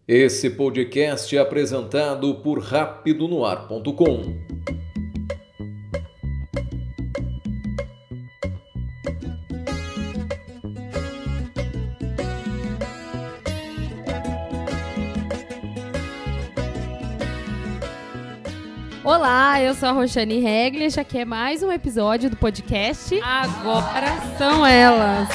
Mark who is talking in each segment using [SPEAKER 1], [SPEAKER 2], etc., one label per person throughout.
[SPEAKER 1] Esse podcast é apresentado por rapidonoar.com.
[SPEAKER 2] Olá, eu sou a Roxane Regli, este aqui é mais um episódio do podcast Agora São Elas.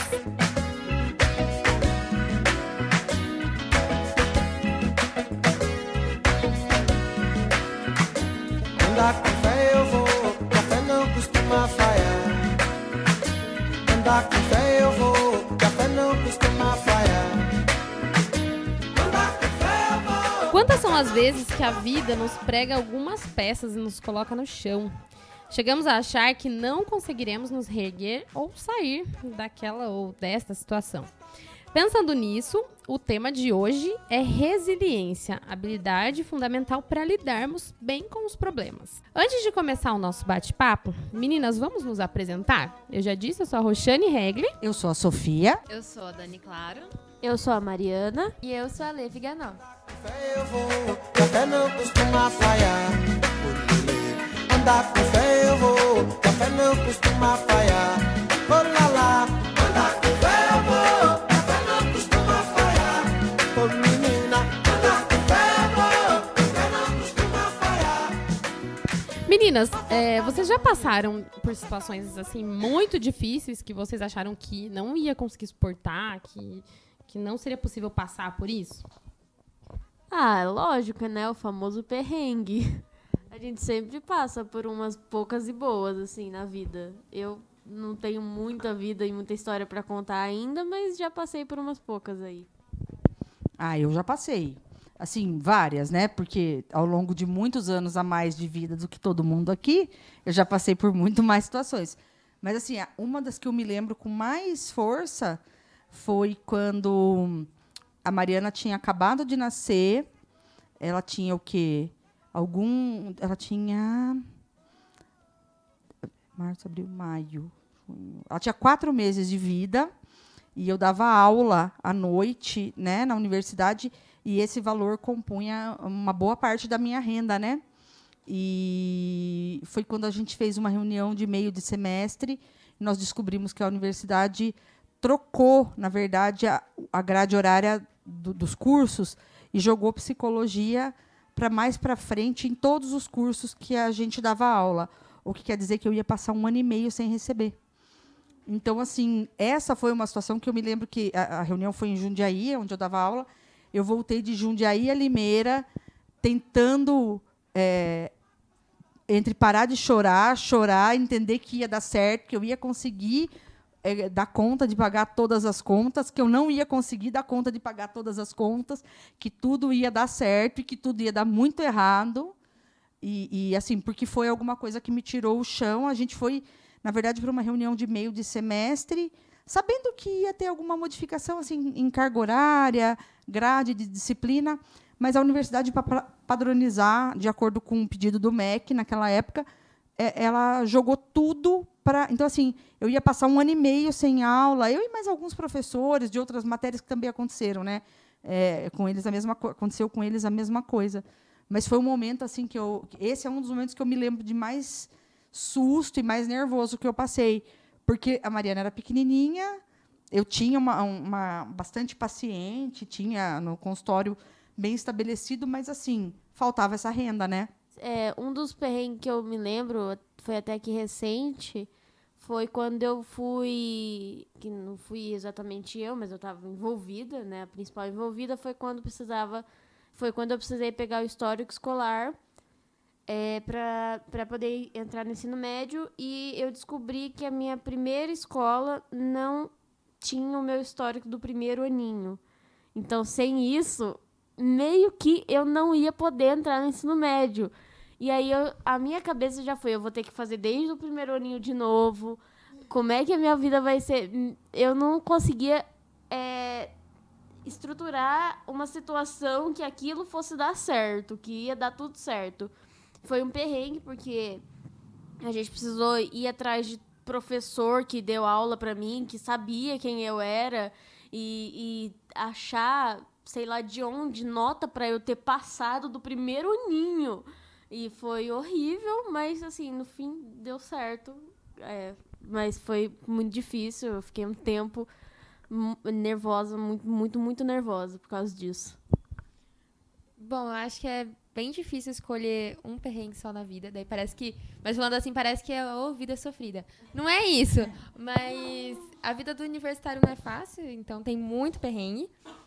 [SPEAKER 3] Andar com fé eu vou, café não costuma falhar. Andar com fé eu vou, café não costuma falhar. Andar com fé eu vou.
[SPEAKER 2] Quantas são as vezes que a vida nos prega algumas peças e nos coloca no chão? Chegamos a achar que não conseguiremos nos reerguer ou sair daquela ou desta situação. Pensando nisso, o tema de hoje é resiliência, habilidade fundamental para lidarmos bem com os problemas. Antes de começar o nosso bate-papo, meninas, vamos nos apresentar? Eu já disse, eu sou a Roxane Regli.
[SPEAKER 4] Eu sou a Sofia.
[SPEAKER 5] Eu sou a Dani Claro.
[SPEAKER 6] Eu sou a Mariana.
[SPEAKER 5] E eu sou a Lê Viganó.
[SPEAKER 3] Fé eu vou, café não costuma falhar. Andar com fé eu vou, café não costuma falhar. Oh lá lá, andar com fé eu vou, café não costuma falhar. Oh menina, andar com fé eu vou, café não costuma falhar.
[SPEAKER 2] Meninas, vocês já passaram por situações assim muito difíceis que vocês acharam que não ia conseguir suportar, que não seria possível passar por isso?
[SPEAKER 6] Ah, lógico, né? O famoso perrengue. A gente sempre passa por umas poucas e boas, assim, na vida. Eu não tenho muita vida e muita história pra contar ainda, mas já passei por umas poucas aí.
[SPEAKER 4] Ah, eu já passei. Assim, várias, né? Porque ao longo de muitos anos a mais de vida do que todo mundo aqui, eu já passei por muito mais situações. Mas, assim, uma das que eu me lembro com mais força foi quando a Mariana tinha acabado de nascer. Ela tinha o quê? Ela tinha... Março, abril, maio. Junho. Ela tinha 4 meses de vida. E eu dava aula à noite, né, na universidade. E esse valor compunha uma boa parte da minha renda, né? E foi quando a gente fez uma reunião de meio de semestre. E nós descobrimos que a universidade trocou, na verdade, a grade horária dos cursos e jogou psicologia para mais para frente em todos os cursos que a gente dava aula. O que quer dizer que eu ia passar 1 ano e meio sem receber. Então, assim, essa foi uma situação que eu me lembro que a reunião foi em Jundiaí, onde eu dava aula. Eu voltei de Jundiaí a Limeira, tentando, entre parar de chorar, entender que ia dar certo, que eu ia conseguir dar conta de pagar todas as contas, que eu não ia conseguir dar conta de pagar todas as contas, que tudo ia dar certo e que tudo ia dar muito errado. E assim, porque foi alguma coisa que me tirou o chão. A gente foi, na verdade, para uma reunião de meio de semestre, sabendo que ia ter alguma modificação assim, em carga horária, grade de disciplina, mas a universidade, para padronizar, de acordo com o pedido do MEC, naquela época, ela jogou tudo para... Então, assim, eu ia passar 1 ano e meio sem aula, eu e mais alguns professores de outras matérias que também aconteceram, né? Com eles aconteceu com eles a mesma coisa. Mas foi um momento assim que esse é um dos momentos que eu me lembro de mais susto e mais nervoso que eu passei, porque a Mariana era pequenininha, eu tinha uma bastante paciente, tinha no consultório bem estabelecido, mas assim faltava essa renda, né?
[SPEAKER 6] Um dos perrengues que eu me lembro, foi até que recente, foi quando eu fui... Que não fui exatamente eu, mas eu estava envolvida, né? A principal envolvida foi quando eu precisei pegar o histórico escolar para poder entrar no ensino médio, e eu descobri que a minha primeira escola não tinha o meu histórico do primeiro aninho. Então, sem isso, meio que eu não ia poder entrar no ensino médio. E aí a minha cabeça já foi, eu vou ter que fazer desde o primeiro aninho de novo. Como é que a minha vida vai ser? Eu não conseguia estruturar uma situação que aquilo fosse dar certo, que ia dar tudo certo. Foi um perrengue, porque a gente precisou ir atrás de professor que deu aula para mim, que sabia quem eu era, e achar sei lá de onde, nota pra eu ter passado do primeiro aninho. E foi horrível, mas, assim, no fim deu certo. Mas foi muito difícil. Eu fiquei um tempo nervosa, muito nervosa por causa disso.
[SPEAKER 5] Bom, eu acho que é bem difícil escolher um perrengue só na vida. Daí parece que... Mas falando assim, parece que é vida sofrida. Não é isso. Mas a vida do universitário não é fácil, então tem muito perrengue.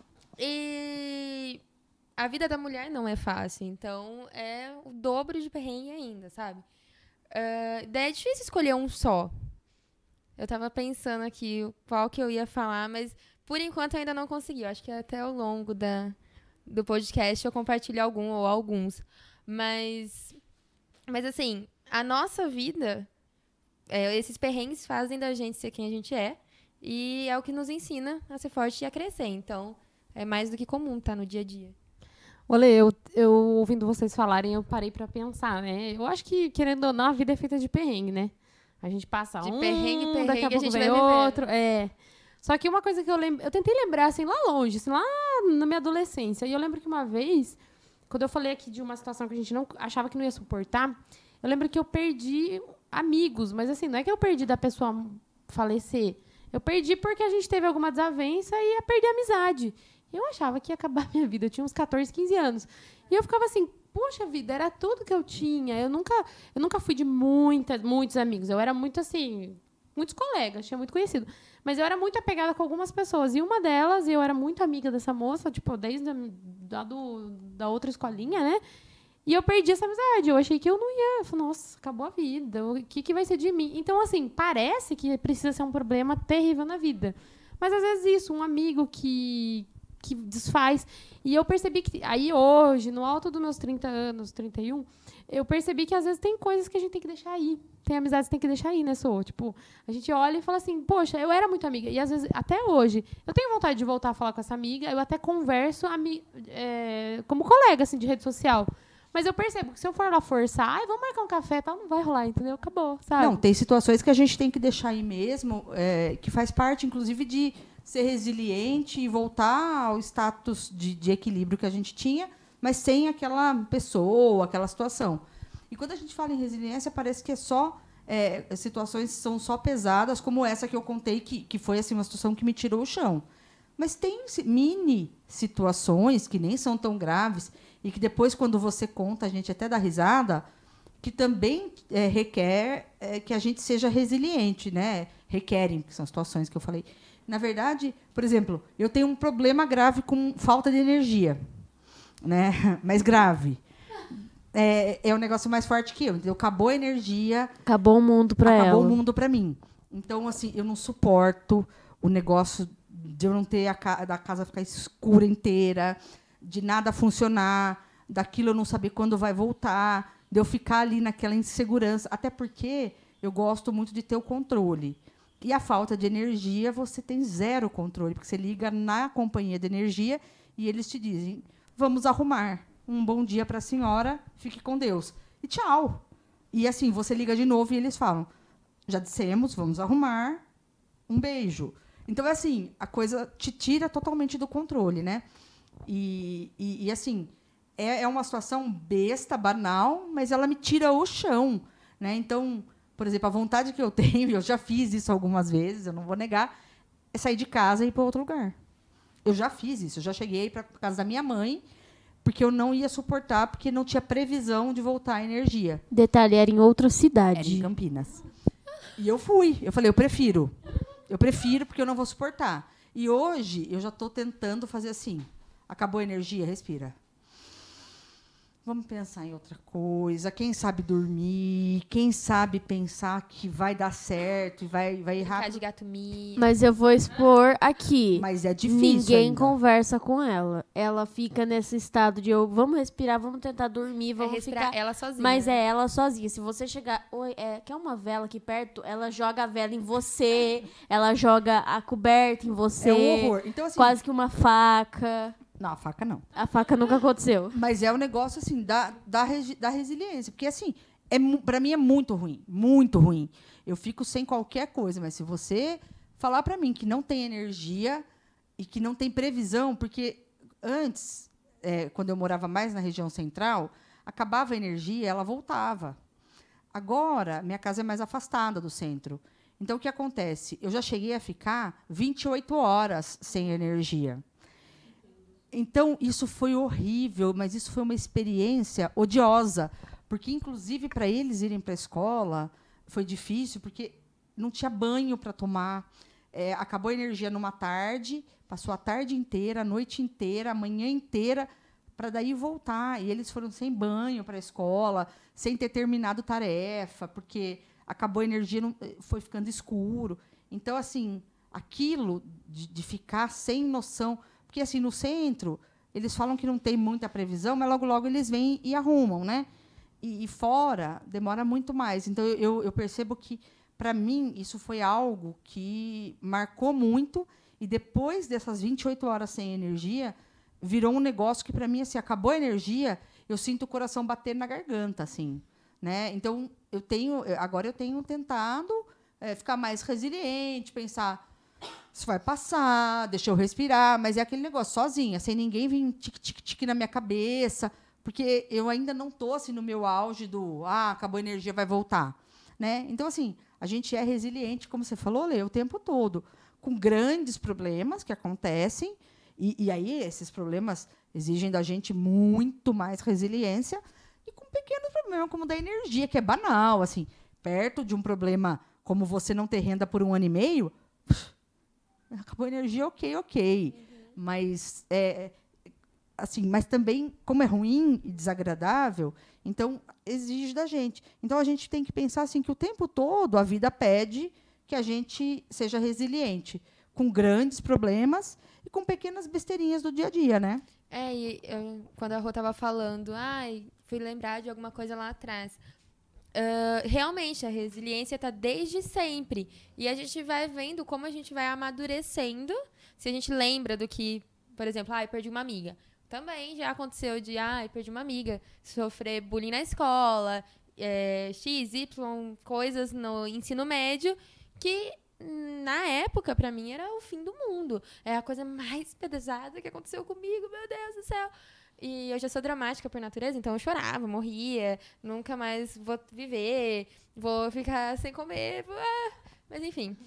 [SPEAKER 5] E a vida da mulher não é fácil, então é o dobro de perrengue ainda, sabe? Daí é difícil escolher um só. Eu tava pensando aqui qual que eu ia falar, mas por enquanto eu ainda não consegui. Eu acho que até ao longo do podcast eu compartilho algum ou alguns. Mas assim, a nossa vida, esses perrengues fazem da gente ser quem a gente é. E é o que nos ensina a ser forte e a crescer. Então, é mais do que comum, tá? No dia a dia.
[SPEAKER 2] Olha, eu ouvindo vocês falarem, eu parei pra pensar, né? Eu acho que, querendo ou não, a vida é feita de perrengue, né? A gente passa
[SPEAKER 5] De perrengue,
[SPEAKER 2] daqui a pouco
[SPEAKER 5] a gente
[SPEAKER 2] vem
[SPEAKER 5] vai
[SPEAKER 2] outro. Só que uma coisa que eu tentei lembrar, assim, lá longe, assim, lá na minha adolescência. E eu lembro que uma vez, quando eu falei aqui de uma situação que a gente não achava que não ia suportar, eu lembro que eu perdi amigos. Mas, assim, não é que eu perdi da pessoa falecer. Eu perdi porque a gente teve alguma desavença e ia perder a amizade. Eu achava que ia acabar a minha vida. Eu tinha uns 14, 15 anos. E eu ficava assim, poxa vida, era tudo que eu tinha. Eu nunca fui de muitos amigos. Eu era muito assim, muitos colegas, tinha muito conhecido. Mas eu era muito apegada com algumas pessoas. E uma delas, eu era muito amiga dessa moça, tipo, desde da outra escolinha, né? E eu perdi essa amizade. Eu achei que eu não ia. Eu falei, nossa, acabou a vida. O que vai ser de mim? Então, assim, parece que precisa ser um problema terrível na vida. Mas, às vezes, isso, um amigo que desfaz. E eu percebi que, aí hoje, no alto dos meus 30 anos, 31, eu percebi que às vezes tem coisas que a gente tem que deixar aí. Tem amizades que tem que deixar aí, né, Sô? Tipo, a gente olha e fala assim, poxa, eu era muito amiga. E às vezes, até hoje, eu tenho vontade de voltar a falar com essa amiga, eu até converso como colega, assim, de rede social. Mas eu percebo que se eu for lá forçar, vamos marcar um café e tal, não vai rolar, entendeu? Acabou, sabe?
[SPEAKER 4] Não, tem situações que a gente tem que deixar aí mesmo, que faz parte, inclusive, de ser resiliente e voltar ao status de equilíbrio que a gente tinha, mas sem aquela pessoa, aquela situação. E quando a gente fala em resiliência, parece que é só situações que são só pesadas, como essa que eu contei, que foi assim, uma situação que me tirou o chão. Mas tem mini situações que nem são tão graves e que depois, quando você conta, a gente até dá risada, que também requer que a gente seja resiliente, né? Requerem, que são situações que eu falei. Na verdade, por exemplo, eu tenho um problema grave com falta de energia, né? Mas grave. É um negócio mais forte que eu. Entendeu? Acabou a energia.
[SPEAKER 6] Acabou o mundo pra ela.
[SPEAKER 4] Acabou o mundo pra mim. Então, assim, eu não suporto o negócio de eu não ter da casa ficar escura inteira, de nada funcionar, daquilo eu não saber quando vai voltar, de eu ficar ali naquela insegurança. Até porque eu gosto muito de ter o controle. E a falta de energia, você tem zero controle, porque você liga na companhia de energia e eles te dizem, vamos arrumar. Um bom dia para a senhora, fique com Deus. E tchau. E assim, você liga de novo e eles falam, já dissemos, vamos arrumar, um beijo. Então, assim, a coisa te tira totalmente do controle, né? E assim, é uma situação besta, banal, mas ela me tira o chão, né? Então, por exemplo, a vontade que eu tenho, eu já fiz isso algumas vezes, eu não vou negar, é sair de casa e ir para outro lugar. Eu já fiz isso, eu já cheguei para casa da minha mãe, porque eu não ia suportar, porque não tinha previsão de voltar a energia.
[SPEAKER 6] Detalhe, era em outra
[SPEAKER 4] Era
[SPEAKER 6] cidade.
[SPEAKER 4] em Campinas. E eu fui. Eu falei, eu prefiro. Eu prefiro porque eu não vou suportar. E hoje eu já estou tentando fazer assim. Acabou a energia, respira. Vamos pensar em outra coisa. Quem sabe dormir, quem sabe pensar que vai dar certo e vai
[SPEAKER 5] Ficar
[SPEAKER 4] rápido.
[SPEAKER 5] de gato mia.
[SPEAKER 6] Mas eu vou expor aqui.
[SPEAKER 4] Mas é difícil
[SPEAKER 6] Ninguém
[SPEAKER 4] ainda.
[SPEAKER 6] conversa com ela. Ela fica nesse estado de vamos respirar, vamos tentar dormir, vamos
[SPEAKER 5] respirar
[SPEAKER 6] ficar...
[SPEAKER 5] ela sozinha.
[SPEAKER 6] Mas é ela sozinha. Se você chegar, oi, quer uma vela aqui perto? Ela joga a vela em você, ela joga a coberta em você.
[SPEAKER 4] É um horror. Então, assim,
[SPEAKER 6] Quase que uma faca.
[SPEAKER 4] não, a faca não.
[SPEAKER 6] A faca nunca aconteceu.
[SPEAKER 4] Mas é um negócio assim da resiliência, porque assim, para mim é muito ruim, muito ruim. Eu fico sem qualquer coisa, mas se você falar para mim que não tem energia e que não tem previsão, porque antes, quando eu morava mais na região central, acabava a energia, ela voltava. Agora, minha casa é mais afastada do centro. Então, o que acontece? Eu já cheguei a ficar 28 horas sem energia. Então, isso foi horrível, mas isso foi uma experiência odiosa, porque, inclusive, para eles irem para a escola, foi difícil, porque não tinha banho para tomar. Acabou a energia numa tarde, passou a tarde inteira, a noite inteira, a manhã inteira, para daí voltar. E eles foram sem banho para a escola, sem ter terminado tarefa, porque acabou a energia, foi ficando escuro. Então, assim, aquilo de ficar sem noção... Porque, assim, no centro, eles falam que não tem muita previsão, mas logo, logo eles vêm e arrumam, né? E fora, demora muito mais. Então, eu percebo que, para mim, isso foi algo que marcou muito. E, depois dessas 28 horas sem energia, virou um negócio que, para mim, assim, acabou a energia, eu sinto o coração bater na garganta, assim, né? Então, agora eu tenho tentado ficar mais resiliente, pensar... Isso vai passar, deixa eu respirar, mas é aquele negócio, sozinha, sem ninguém vir tique-tique-tique na minha cabeça, porque eu ainda não estou assim, no meu auge do acabou a energia, vai voltar. Né? Então, assim, a gente é resiliente, como você falou, Lê, o tempo todo, com grandes problemas que acontecem, e aí esses problemas exigem da gente muito mais resiliência, e com pequenos problemas, como o da energia, que é banal. Assim, perto de um problema como você não ter renda por 1 ano e meio... Acabou a energia, ok. Mas, assim, mas também, como é ruim e desagradável, então exige da gente. Então, a gente tem que pensar assim, que o tempo todo a vida pede que a gente seja resiliente, com grandes problemas e com pequenas besteirinhas do dia a dia, né?
[SPEAKER 5] Quando a Rô estava falando, fui lembrar de alguma coisa lá atrás. Realmente, a resiliência está desde sempre. E a gente vai vendo como a gente vai amadurecendo. Se a gente lembra do que, por exemplo, perdi uma amiga. Também já aconteceu de, perdi uma amiga. Sofrer bullying na escola, X, Y, coisas no ensino médio, que na época, para mim, era o fim do mundo. É a coisa mais pesada que aconteceu comigo, meu Deus do céu. E eu já sou dramática por natureza, então eu chorava, morria, nunca mais vou viver, vou ficar sem comer, mas enfim.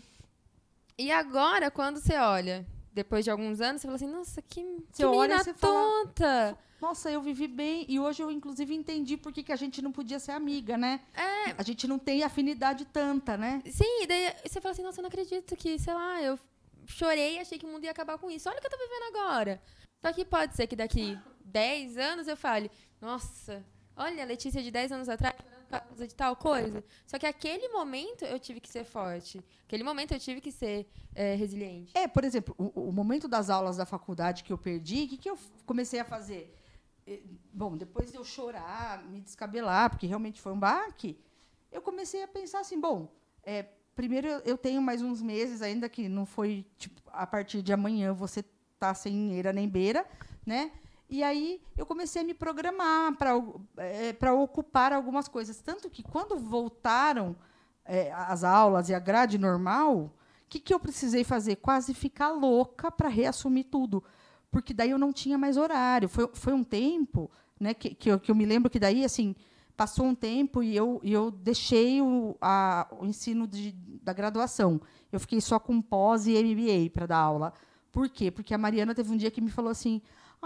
[SPEAKER 5] E agora, quando você olha, depois de alguns anos, você fala assim, nossa, que menina tonta.
[SPEAKER 4] Fala, nossa, eu vivi bem, e hoje eu, inclusive, entendi por que a gente não podia ser amiga, né? A gente não tem afinidade tanta, né?
[SPEAKER 5] Sim, e daí você fala assim, nossa, eu não acredito que, sei lá, eu chorei e achei que o mundo ia acabar com isso. Olha o que eu tô vivendo agora. Só que pode ser que daqui 10 anos eu fale, nossa, olha a Letícia de 10 anos atrás por causa de tal coisa. Só que aquele momento eu tive que ser forte. Aquele momento eu tive que ser resiliente.
[SPEAKER 4] Por exemplo, o momento das aulas da faculdade que eu perdi, o que eu comecei a fazer? Bom, depois de eu chorar, me descabelar, porque realmente foi um baque, eu comecei a pensar assim, primeiro eu tenho mais uns meses ainda, que não foi, tipo, a partir de amanhã você tá sem eira nem beira, né? E aí eu comecei a me programar para ocupar algumas coisas. Tanto que, quando voltaram as aulas e a grade normal, o que eu precisei fazer? Quase ficar louca para reassumir tudo. Porque daí eu não tinha mais horário. Foi um tempo, né, que eu me lembro que daí, assim, passou um tempo e eu deixei o ensino da graduação. Eu fiquei só com pós e MBA para dar aula. Por quê? Porque a Mariana teve um dia que me falou assim,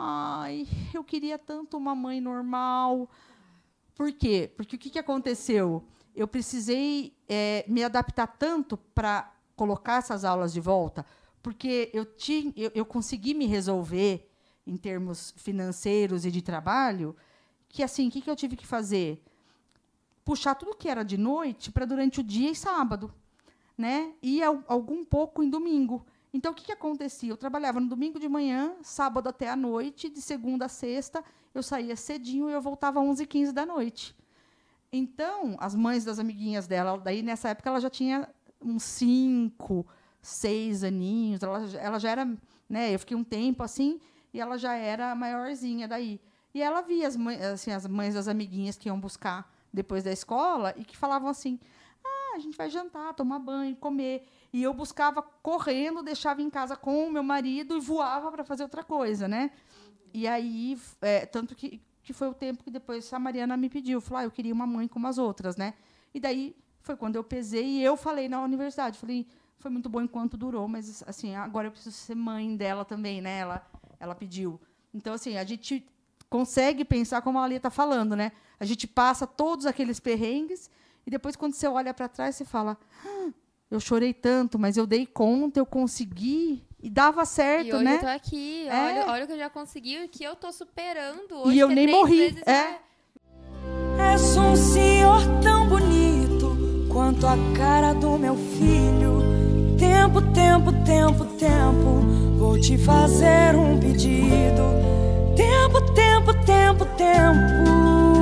[SPEAKER 4] eu queria tanto uma mãe normal. Por quê? Porque o que aconteceu? Eu precisei me adaptar tanto para colocar essas aulas de volta, porque eu consegui me resolver em termos financeiros e de trabalho, que, assim, o que eu tive que fazer? Puxar tudo que era de noite para durante o dia e sábado, né? E algum pouco em domingo. Então, o que acontecia? Eu trabalhava no domingo de manhã, sábado até à noite, de segunda a sexta, eu saía cedinho e eu voltava às 11h15 da noite. Então, as mães das amiguinhas dela, daí, nessa época, ela já tinha uns 5, 6 aninhos, ela já era, né, eu fiquei um tempo assim, e ela já era maiorzinha daí. E ela via as mães das amiguinhas que iam buscar depois da escola e que falavam assim, a gente vai jantar, tomar banho, comer. E eu buscava correndo, deixava em casa com o meu marido e voava para fazer outra coisa, né? E aí, tanto que foi o tempo que depois a Mariana me pediu. Falou, eu queria uma mãe como as outras, né? E daí foi quando eu pesei e eu falei na universidade. Falei, foi muito bom enquanto durou, mas assim, agora eu preciso ser mãe dela também, né? Ela pediu. Então, assim, a gente consegue pensar como a Alia está falando, né? A gente passa todos aqueles perrengues e depois, quando você olha para trás, você fala, eu chorei tanto, mas eu dei conta, eu consegui e dava certo,
[SPEAKER 5] E hoje
[SPEAKER 4] né?
[SPEAKER 5] eu tô aqui, olha o que eu já consegui, o que eu tô superando hoje.
[SPEAKER 4] E eu
[SPEAKER 5] que é
[SPEAKER 4] nem
[SPEAKER 5] 3
[SPEAKER 4] morri.
[SPEAKER 5] vezes
[SPEAKER 7] És um senhor tão bonito quanto a cara do meu filho. Tempo, tempo, tempo, tempo, vou te fazer um pedido. Tempo, tempo, tempo, tempo.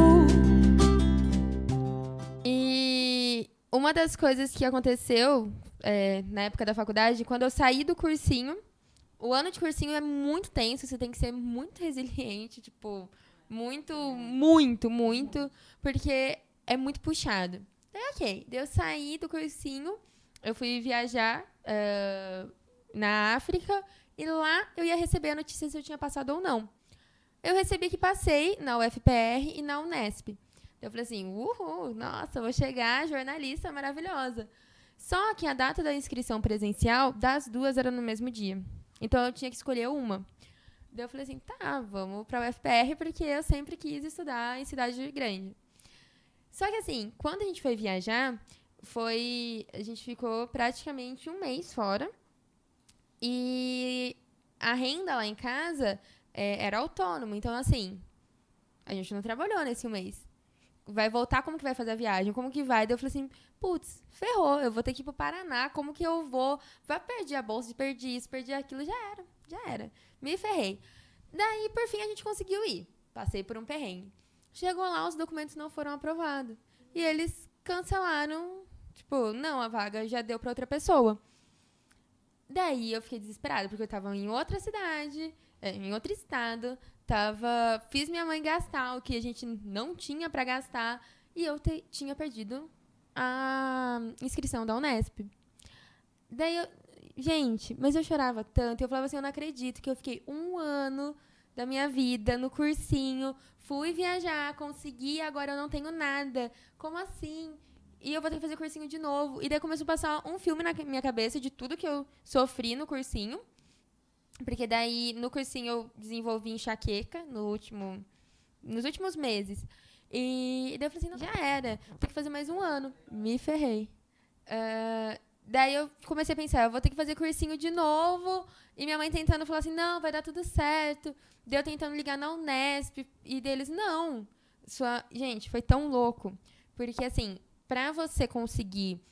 [SPEAKER 5] E uma das coisas que aconteceu na época da faculdade, quando eu saí do cursinho, o ano de cursinho é muito tenso, você tem que ser muito resiliente, tipo, muito, muito, muito, porque é muito puxado. Daí, ok, daí eu saí do cursinho, eu fui viajar na África, e lá eu ia receber a notícia se eu tinha passado ou não. Eu recebi que passei na UFPR e na Unesp. Eu falei assim, nossa, vou chegar, jornalista maravilhosa. Só que a data da inscrição presencial, das duas, era no mesmo dia. Então, eu tinha que escolher uma. Daí eu falei assim, tá, vamos para a UFPR, porque eu sempre quis estudar em cidade grande. Só que assim, quando a gente foi viajar, a gente ficou praticamente um mês fora. E a renda lá em casa era autônoma. Então, assim, a gente não trabalhou nesse mês. Vai voltar, como que vai fazer a viagem? Como que vai? Daí eu falei assim, putz, ferrou, eu vou ter que ir pro Paraná, como que eu vou? Perdi a bolsa, perdi isso, perdi aquilo, já era. Me ferrei. Daí, por fim, a gente conseguiu ir. Passei por um perrengue. Chegou lá, os documentos não foram aprovados. E eles cancelaram, tipo, não, a vaga já deu pra outra pessoa. Daí eu fiquei desesperada, porque eu tava em outra cidade, em outro estado, fiz minha mãe gastar o que a gente não tinha pra gastar, e eu tinha perdido a inscrição da Unesp. Daí gente, mas eu chorava tanto, eu falava assim, eu não acredito que eu fiquei 1 ano da minha vida no cursinho, fui viajar, consegui, agora eu não tenho nada. Como assim? E eu vou ter que fazer cursinho de novo. E daí começou a passar um filme na minha cabeça de tudo que eu sofri no cursinho. Porque daí, no cursinho, eu desenvolvi enxaqueca nos últimos meses. E daí eu falei assim, não, já era. Tem que fazer mais 1 ano. Me ferrei. Daí eu comecei a pensar, eu vou ter que fazer cursinho de novo. E minha mãe tentando falar assim, não, vai dar tudo certo. Daí eu tentando ligar na Unesp. E deles, não. Gente, foi tão louco. Porque, assim, para você conseguir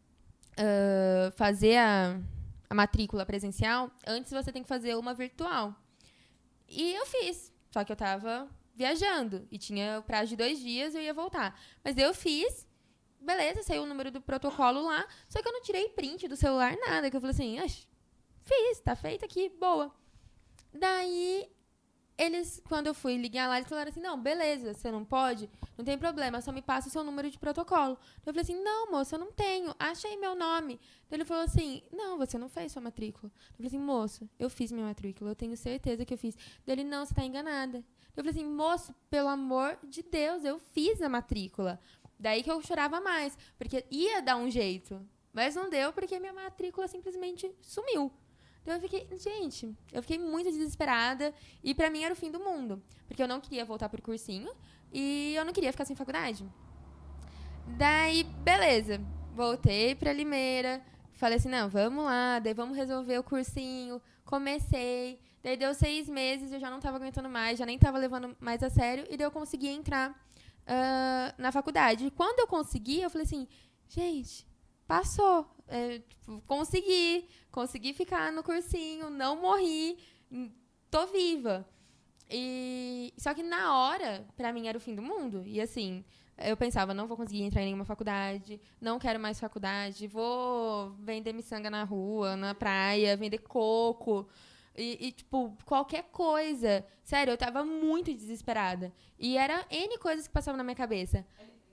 [SPEAKER 5] fazer a matrícula presencial, antes você tem que fazer uma virtual. E eu fiz. Só que eu tava viajando. E tinha o prazo de 2 dias e eu ia voltar. Mas eu fiz. Beleza, saiu o número do protocolo lá. Só que eu não tirei print do celular, nada. Que eu falei assim, fiz, tá feito aqui, boa. Daí, quando eu fui ligar lá, eles falaram assim, não, beleza, você não pode, não tem problema, só me passa o seu número de protocolo. Eu falei assim, não, moço, eu não tenho, acha aí meu nome. Daí ele falou assim, não, você não fez sua matrícula. Eu falei assim, moço, eu fiz minha matrícula, eu tenho certeza que eu fiz. Daí ele, não, você tá enganada. Eu falei assim, moço, pelo amor de Deus, eu fiz a matrícula. Daí que eu chorava mais, porque ia dar um jeito, mas não deu porque minha matrícula simplesmente sumiu. Então eu fiquei muito desesperada e pra mim era o fim do mundo, porque eu não queria voltar pro cursinho e eu não queria ficar sem faculdade. Daí, beleza, voltei pra Limeira, falei assim, não, vamos lá, daí vamos resolver o cursinho, comecei, daí deu 6 meses, eu já não tava aguentando mais, já nem tava levando mais a sério e daí eu consegui entrar na faculdade. E quando eu consegui, eu falei assim, gente, passou. Consegui ficar no cursinho, não morri, tô viva. Só que na hora, pra mim, era o fim do mundo. E assim, eu pensava, não vou conseguir entrar em nenhuma faculdade, não quero mais faculdade, vou vender miçanga na rua, na praia, vender coco. Tipo, qualquer coisa. Sério, eu tava muito desesperada. E era N coisas que passavam na minha cabeça.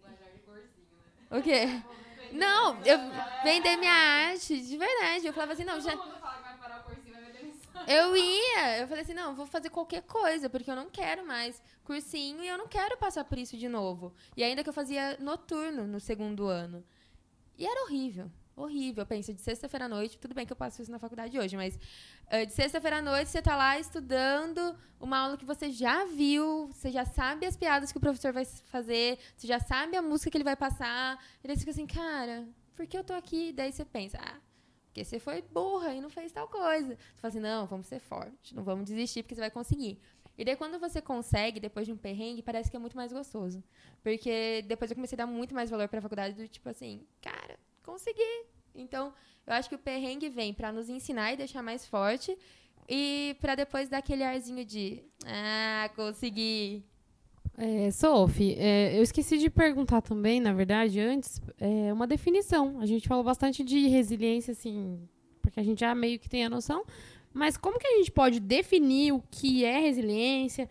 [SPEAKER 5] O quê? Não, eu vender minha arte, de verdade. Eu falava assim, não, já...
[SPEAKER 8] Todo mundo fala que vai parar o cursinho, vai vender miçanga.
[SPEAKER 5] Eu falei assim, não, eu vou fazer qualquer coisa, porque eu não quero mais cursinho e eu não quero passar por isso de novo. E ainda que eu fazia noturno no 2º ano. E era horrível. Horrível. Pensa, de sexta-feira à noite, tudo bem que eu passo isso na faculdade hoje, mas de sexta-feira à noite você tá lá estudando uma aula que você já viu, você já sabe as piadas que o professor vai fazer, você já sabe a música que ele vai passar. E daí você fica assim, cara, por que eu tô aqui? E daí você pensa, porque você foi burra e não fez tal coisa. Você fala assim, não, vamos ser fortes, não vamos desistir porque você vai conseguir. E daí quando você consegue, depois de um perrengue, parece que é muito mais gostoso. Porque depois eu comecei a dar muito mais valor pra faculdade, do tipo assim, cara, consegui. Então, eu acho que o perrengue vem pra nos ensinar e deixar mais forte e pra depois dar aquele arzinho de consegui.
[SPEAKER 2] Sophie, eu esqueci de perguntar também, na verdade, antes, uma definição. A gente falou bastante de resiliência, assim, porque a gente já meio que tem a noção, mas como que a gente pode definir o que é resiliência?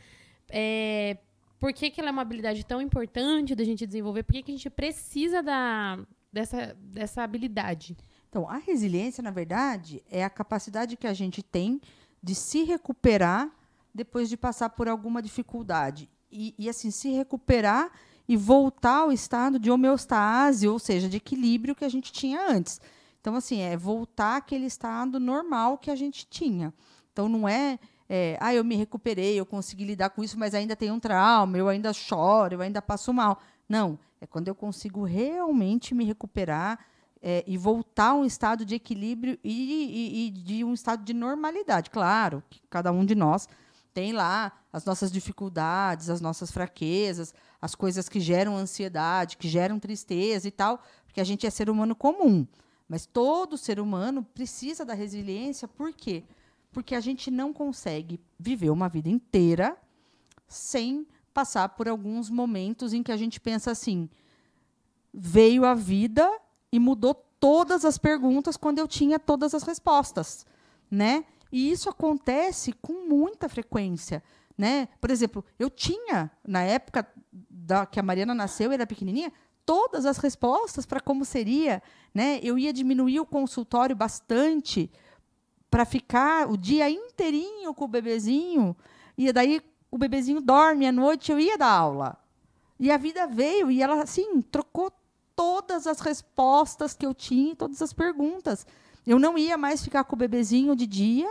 [SPEAKER 2] Por que ela é uma habilidade tão importante da gente desenvolver? Por que a gente precisa dessa habilidade?
[SPEAKER 4] Então, a resiliência, na verdade, é a capacidade que a gente tem de se recuperar depois de passar por alguma dificuldade. E assim, se recuperar e voltar ao estado de homeostase, ou seja, de equilíbrio que a gente tinha antes. Então, assim, é voltar àquele estado normal que a gente tinha. Então, não eu me recuperei, eu consegui lidar com isso, mas ainda tenho um trauma, eu ainda choro, eu ainda passo mal. Não, é quando eu consigo realmente me recuperar e voltar a um estado de equilíbrio e de um estado de normalidade. Claro que cada um de nós tem lá as nossas dificuldades, as nossas fraquezas, as coisas que geram ansiedade, que geram tristeza e tal, porque a gente é ser humano comum. Mas todo ser humano precisa da resiliência. Por quê? Porque a gente não consegue viver uma vida inteira sem passar por alguns momentos em que a gente pensa assim, veio a vida e mudou todas as perguntas quando eu tinha todas as respostas, né? E isso acontece com muita frequência, né? Por exemplo, eu tinha, na época que a Mariana nasceu, era pequenininha, todas as respostas para como seria, né? Eu ia diminuir o consultório bastante para ficar o dia inteirinho com o bebezinho, e daí o bebezinho dorme à noite, eu ia dar aula. E a vida veio e ela, assim, trocou todas as respostas que eu tinha, todas as perguntas. Eu não ia mais ficar com o bebezinho de dia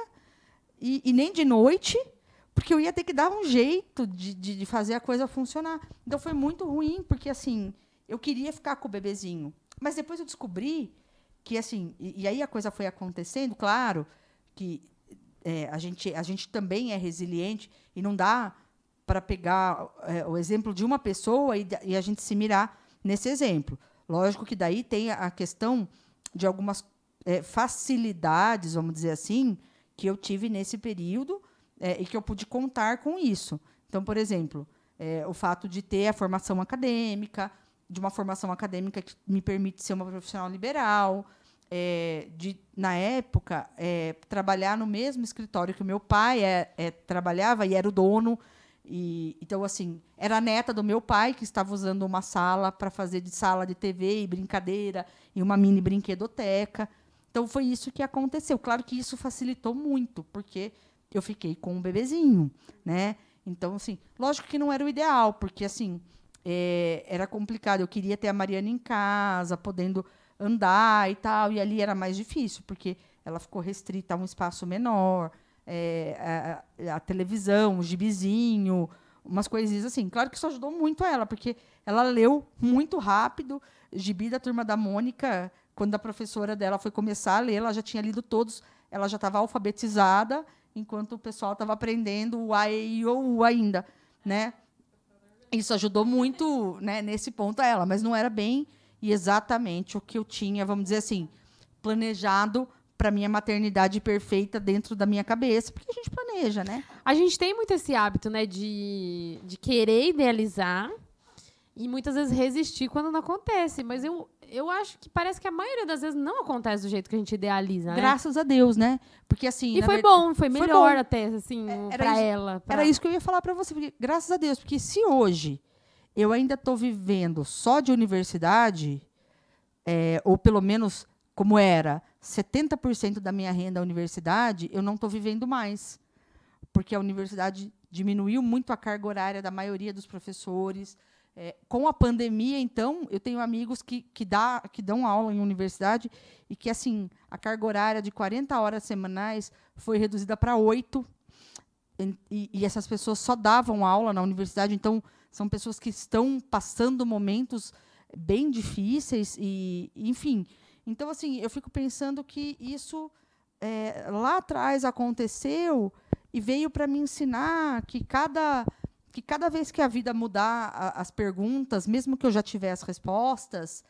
[SPEAKER 4] e nem de noite, porque eu ia ter que dar um jeito de fazer a coisa funcionar. Então, foi muito ruim, porque, assim, eu queria ficar com o bebezinho. Mas depois eu descobri que, assim, e aí a coisa foi acontecendo, claro, que a gente também é resiliente e não dá para pegar o exemplo de uma pessoa e a gente se mirar nesse exemplo. Lógico que daí tem a questão de algumas facilidades, vamos dizer assim, que eu tive nesse período e que eu pude contar com isso. Então, por exemplo, o fato de ter a formação acadêmica, de uma formação acadêmica que me permite ser uma profissional liberal, na época, trabalhar no mesmo escritório que o meu pai trabalhava e era o dono. Então, assim, era a neta do meu pai que estava usando uma sala para fazer de sala de TV e brincadeira e uma mini brinquedoteca. Então, foi isso que aconteceu. Claro que isso facilitou muito, porque eu fiquei com um bebezinho, né? Então, assim, lógico que não era o ideal, porque, assim, era complicado. Eu queria ter a Mariana em casa, podendo andar e tal, e ali era mais difícil, porque ela ficou restrita a um espaço menor, a televisão, o gibizinho, umas coisinhas assim. Claro que isso ajudou muito ela, porque ela leu muito rápido, gibi da Turma da Mônica. Quando a professora dela foi começar a ler, ela já tinha lido todos, ela já estava alfabetizada, enquanto o pessoal estava aprendendo o A, E, I, O, U ainda, né? Isso ajudou muito, né, nesse ponto a ela, mas não era bem e exatamente o que eu tinha, vamos dizer assim, planejado para minha maternidade perfeita dentro da minha cabeça, porque a gente planeja, né?
[SPEAKER 2] A gente tem muito esse hábito, né, de querer idealizar e muitas vezes resistir quando não acontece, mas eu acho que parece que a maioria das vezes não acontece do jeito que a gente idealiza, né?
[SPEAKER 4] Graças a Deus, né? Porque assim,
[SPEAKER 2] e foi bom, foi melhor até, assim, para ela.
[SPEAKER 4] Era isso que eu ia falar para você, porque, graças a Deus, porque se hoje eu ainda estou vivendo só de universidade, ou pelo menos como era 70% da minha renda à universidade, eu não estou vivendo mais. Porque a universidade diminuiu muito a carga horária da maioria dos professores. Com a pandemia, então, eu tenho amigos que dão aula em universidade e que, assim, a carga horária de 40 horas semanais foi reduzida para 8. E essas pessoas só davam aula na universidade. Então, são pessoas que estão passando momentos bem difíceis. Enfim. Então, assim, eu fico pensando que isso lá atrás aconteceu e veio para me ensinar que cada vez que a vida mudar as perguntas, mesmo que eu já tiver as respostas,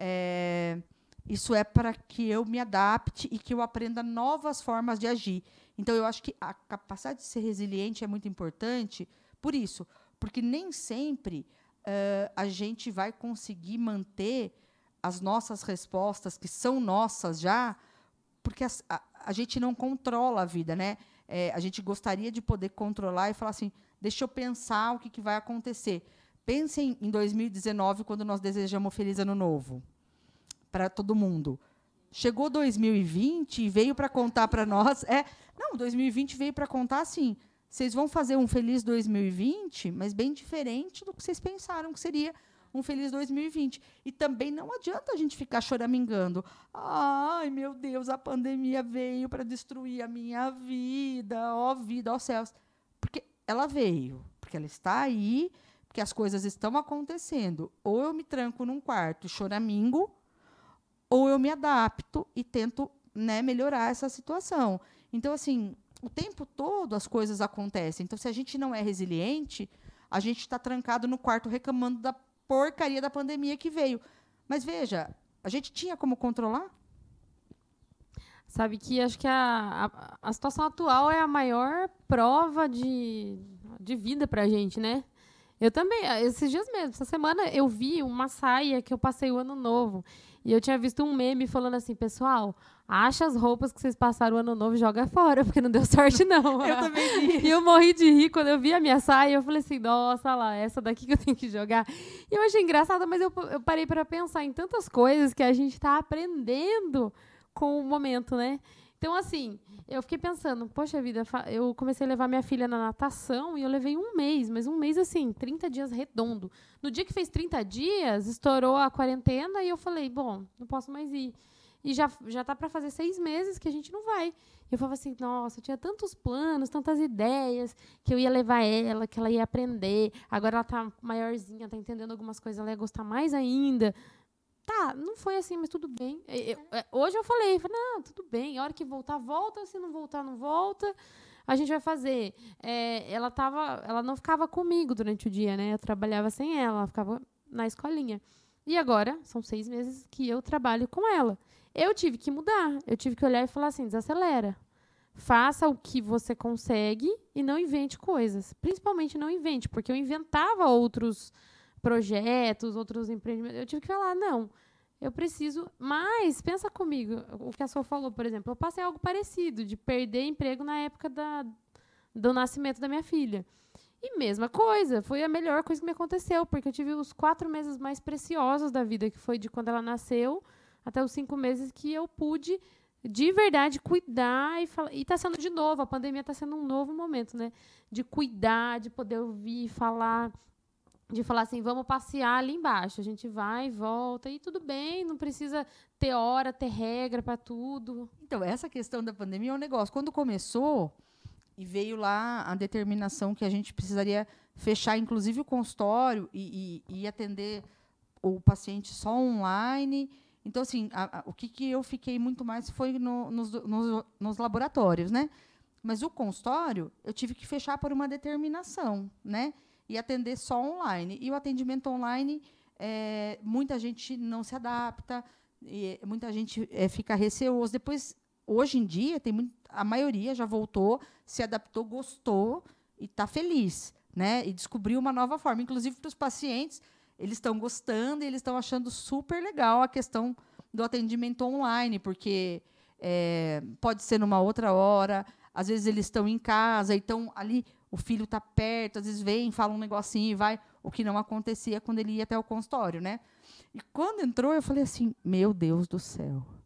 [SPEAKER 4] isso é para que eu me adapte e que eu aprenda novas formas de agir. Então, eu acho que a capacidade de ser resiliente é muito importante por isso, porque nem sempre a gente vai conseguir manter as nossas respostas, que são nossas já, porque a gente não controla a vida, né? A gente gostaria de poder controlar e falar assim, deixa eu pensar o que vai acontecer. Pensem em 2019, quando nós desejamos Feliz Ano Novo para todo mundo. Chegou 2020 e veio para contar para nós... 2020 veio para contar assim, vocês vão fazer um Feliz 2020, mas bem diferente do que vocês pensaram que seria um Feliz 2020. E também não adianta a gente ficar choramingando. Ai, meu Deus, a pandemia veio para destruir a minha vida, ó céus. Porque ela veio, porque ela está aí, porque as coisas estão acontecendo. Ou eu me tranco num quarto e choramingo, ou eu me adapto e tento, né, melhorar essa situação. Então, assim, o tempo todo as coisas acontecem. Então, se a gente não é resiliente, a gente está trancado no quarto reclamando da porcaria da pandemia que veio. Mas, veja, a gente tinha como controlar?
[SPEAKER 2] Sabe que acho que a situação atual é a maior prova de vida para a gente, né? Eu também, esses dias mesmo, essa semana, eu vi uma saia que eu passei o ano novo. E eu tinha visto um meme falando assim, pessoal, acha as roupas que vocês passaram o ano novo e joga fora, porque não deu sorte, não.
[SPEAKER 4] Eu também vi.
[SPEAKER 2] E eu morri de rir quando eu vi a minha saia. Eu falei assim, nossa, lá, essa daqui que eu tenho que jogar. E eu achei engraçado, mas eu parei para pensar em tantas coisas que a gente está aprendendo com o momento, né? Então, assim, eu fiquei pensando, poxa vida, eu comecei a levar minha filha na natação e eu levei um mês, mas um mês, assim, 30 dias redondo. No dia que fez 30 dias, estourou a quarentena e eu falei, bom, não posso mais ir. E já tá para fazer 6 meses que a gente não vai. E eu falava assim, nossa, eu tinha tantos planos, tantas ideias, que eu ia levar ela, que ela ia aprender. Agora ela tá maiorzinha, tá entendendo algumas coisas, ela ia gostar mais ainda. Tá, não foi assim, mas tudo bem. Hoje eu falei, não, tudo bem. A hora que voltar, volta. Se não voltar, não volta. A gente vai fazer. Ela não ficava comigo durante o dia, né? Eu trabalhava sem ela ficava na escolinha. E agora, são 6 meses que eu trabalho com ela. Eu tive que mudar. Eu tive que olhar e falar assim, desacelera. Faça o que você consegue e não invente coisas. Principalmente não invente, porque eu inventava outros projetos, outros empreendimentos. Eu tive que falar, não, eu preciso... Mas, pensa comigo, o que a Sol falou, por exemplo, eu passei algo parecido, de perder emprego na época do nascimento da minha filha. E mesma coisa, foi a melhor coisa que me aconteceu, porque eu tive os 4 meses mais preciosos da vida, que foi de quando ela nasceu até os 5 meses que eu pude, de verdade, cuidar e está sendo de novo, a pandemia está sendo um novo momento, né? De cuidar, de poder ouvir, falar... De falar assim, vamos passear ali embaixo. A gente vai e volta, e tudo bem, não precisa ter hora, ter regra para tudo.
[SPEAKER 4] Então, essa questão da pandemia é um negócio. Quando começou, e veio lá a determinação que a gente precisaria fechar, inclusive, o consultório e atender o paciente só online. Então, assim, o que eu fiquei muito mais foi nos laboratórios, né? Mas o consultório, eu tive que fechar por uma determinação, né? E atender só online. E o atendimento online, muita gente não se adapta, muita gente fica receoso. Depois, hoje em dia, a maioria já voltou, se adaptou, gostou e está feliz, né? E descobriu uma nova forma. Inclusive, para os pacientes, eles estão gostando e eles estão achando super legal a questão do atendimento online, porque pode ser numa outra hora, às vezes eles estão em casa, então ali... O filho está perto, às vezes vem, fala um negocinho e vai, o que não acontecia quando ele ia até o consultório, né? E quando entrou, eu falei assim, meu Deus do céu.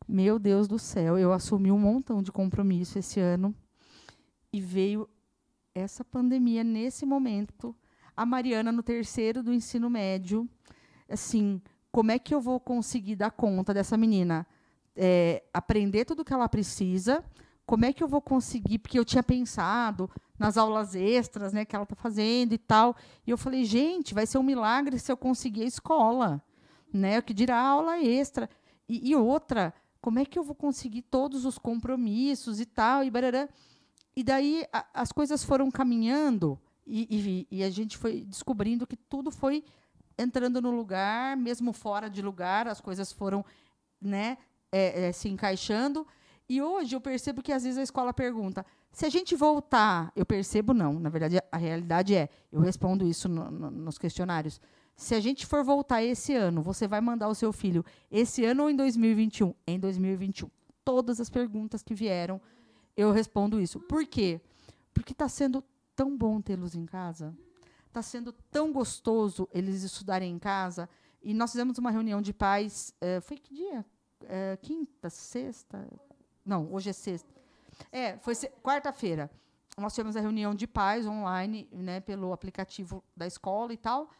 [SPEAKER 4] Meu Deus do céu, eu assumi um montão de compromisso esse ano e veio essa pandemia nesse momento. A Mariana no 3º do ensino médio, assim, como é que eu vou conseguir dar conta dessa menina? Aprender tudo o que ela precisa, como é que eu vou conseguir, porque eu tinha pensado nas aulas extras, né, que ela está fazendo e tal, e eu falei, gente, vai ser um milagre se eu conseguir a escola, né, o que dirá a aula extra. E outra, como é que eu vou conseguir todos os compromissos e tal, e barará. E daí as coisas foram caminhando e a gente foi descobrindo que tudo foi entrando no lugar, mesmo fora de lugar, as coisas foram, né, se encaixando. E hoje eu percebo que, às vezes, a escola pergunta, se a gente voltar... Eu percebo, não. Na verdade, a realidade eu respondo isso nos questionários. Se a gente for voltar esse ano, você vai mandar o seu filho esse ano ou em 2021? Em 2021. Todas as perguntas que vieram, eu respondo isso. Por quê? Porque está sendo tão bom tê-los em casa. Está sendo tão gostoso eles estudarem em casa. E nós fizemos uma reunião de pais... foi que dia? Quinta? Sexta? Não, hoje é sexta. Foi quarta-feira. Nós tivemos a reunião de pais online, né, pelo aplicativo da escola e tal.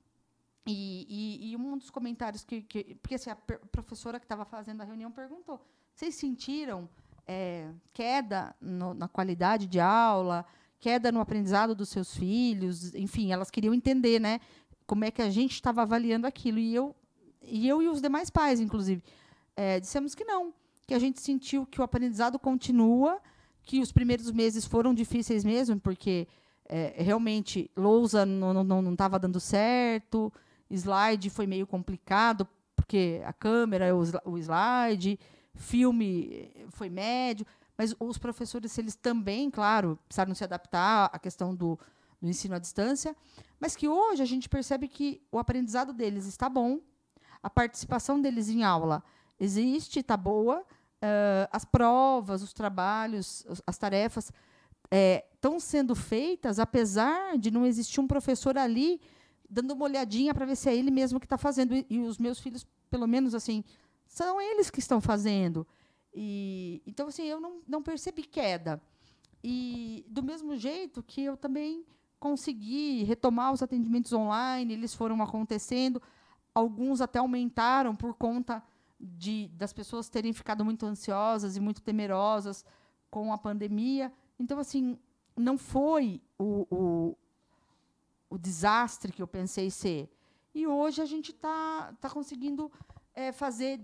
[SPEAKER 4] E um dos comentários porque assim, a professora que estava fazendo a reunião perguntou, vocês sentiram queda na qualidade de aula, queda no aprendizado dos seus filhos? Enfim, elas queriam entender, né, como é que a gente estava avaliando aquilo. E eu e os demais pais, inclusive, dissemos que não, que a gente sentiu que o aprendizado continua, que os primeiros meses foram difíceis mesmo, porque realmente lousa não estava dando certo, slide foi meio complicado, porque a câmera, o slide, filme foi médio, mas os professores, eles também, claro, precisaram se adaptar à questão do ensino à distância, mas que hoje a gente percebe que o aprendizado deles está bom, a participação deles em aula existe, está boa, as provas, os trabalhos, as tarefas estão sendo feitas, apesar de não existir um professor ali dando uma olhadinha para ver se é ele mesmo que está fazendo. E os meus filhos, pelo menos, assim, são eles que estão fazendo. Então, assim, eu não percebi queda. E, do mesmo jeito que eu também consegui retomar os atendimentos online, eles foram acontecendo, alguns até aumentaram por conta das pessoas terem ficado muito ansiosas e muito temerosas com a pandemia. Então, assim, não foi o desastre que eu pensei ser. E hoje a gente tá conseguindo fazer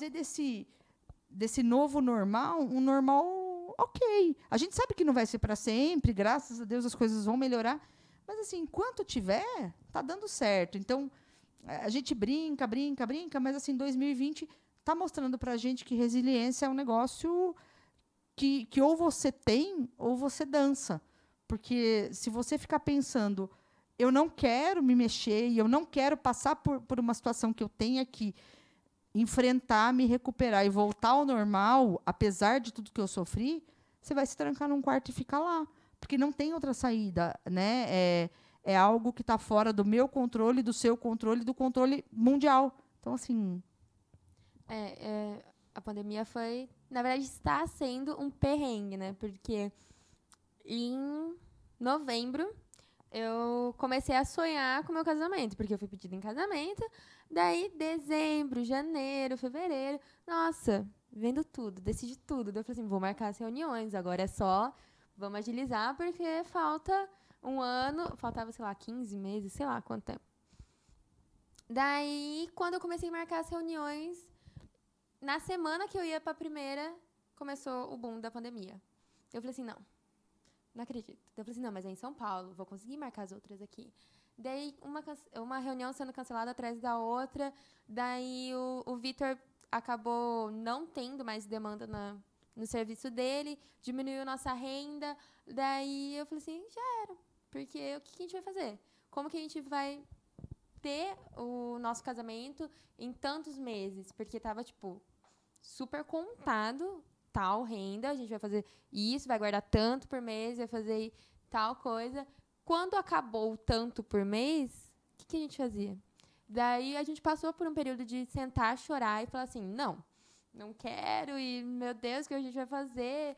[SPEAKER 4] desse novo normal um normal ok. A gente sabe que não vai ser para sempre, graças a Deus as coisas vão melhorar, mas assim, enquanto tiver, tá dando certo. Então, a gente brinca, mas assim, 2020 está mostrando para a gente que resiliência é um negócio que ou você tem ou você dança. Porque se você ficar pensando, eu não quero me mexer e eu não quero passar por uma situação que eu tenha que enfrentar, me recuperar e voltar ao normal, apesar de tudo que eu sofri, você vai se trancar num quarto e ficar lá. Porque não tem outra saída, né? É algo que está fora do meu controle, do seu controle, do controle mundial. Então, assim...
[SPEAKER 5] a pandemia foi... Na verdade, está sendo um perrengue, né? Porque em novembro, eu comecei a sonhar com o meu casamento, porque eu fui pedida em casamento. Daí, dezembro, janeiro, fevereiro... Nossa, vendo tudo, decidi tudo. Daí eu falei assim, vou marcar as reuniões. Agora é só... Vamos agilizar, porque falta... um ano, faltava, sei lá, 15 meses, sei lá quanto tempo. Daí, quando eu comecei a marcar as reuniões, na semana que eu ia para a primeira, começou o boom da pandemia. Eu falei assim, não acredito. Eu falei assim, não, mas é em São Paulo, vou conseguir marcar as outras aqui. Daí, uma reunião sendo cancelada atrás da outra, daí o Vitor acabou não tendo mais demanda no serviço dele, diminuiu nossa renda, daí eu falei assim, já era. Porque o que a gente vai fazer? Como que a gente vai ter o nosso casamento em tantos meses? Porque estava, tipo, super contado, tal renda, a gente vai fazer isso, vai guardar tanto por mês, vai fazer tal coisa. Quando acabou o tanto por mês, o que a gente fazia? Daí a gente passou por um período de sentar, chorar e falar assim, não não quero, e, meu Deus, o que a gente vai fazer?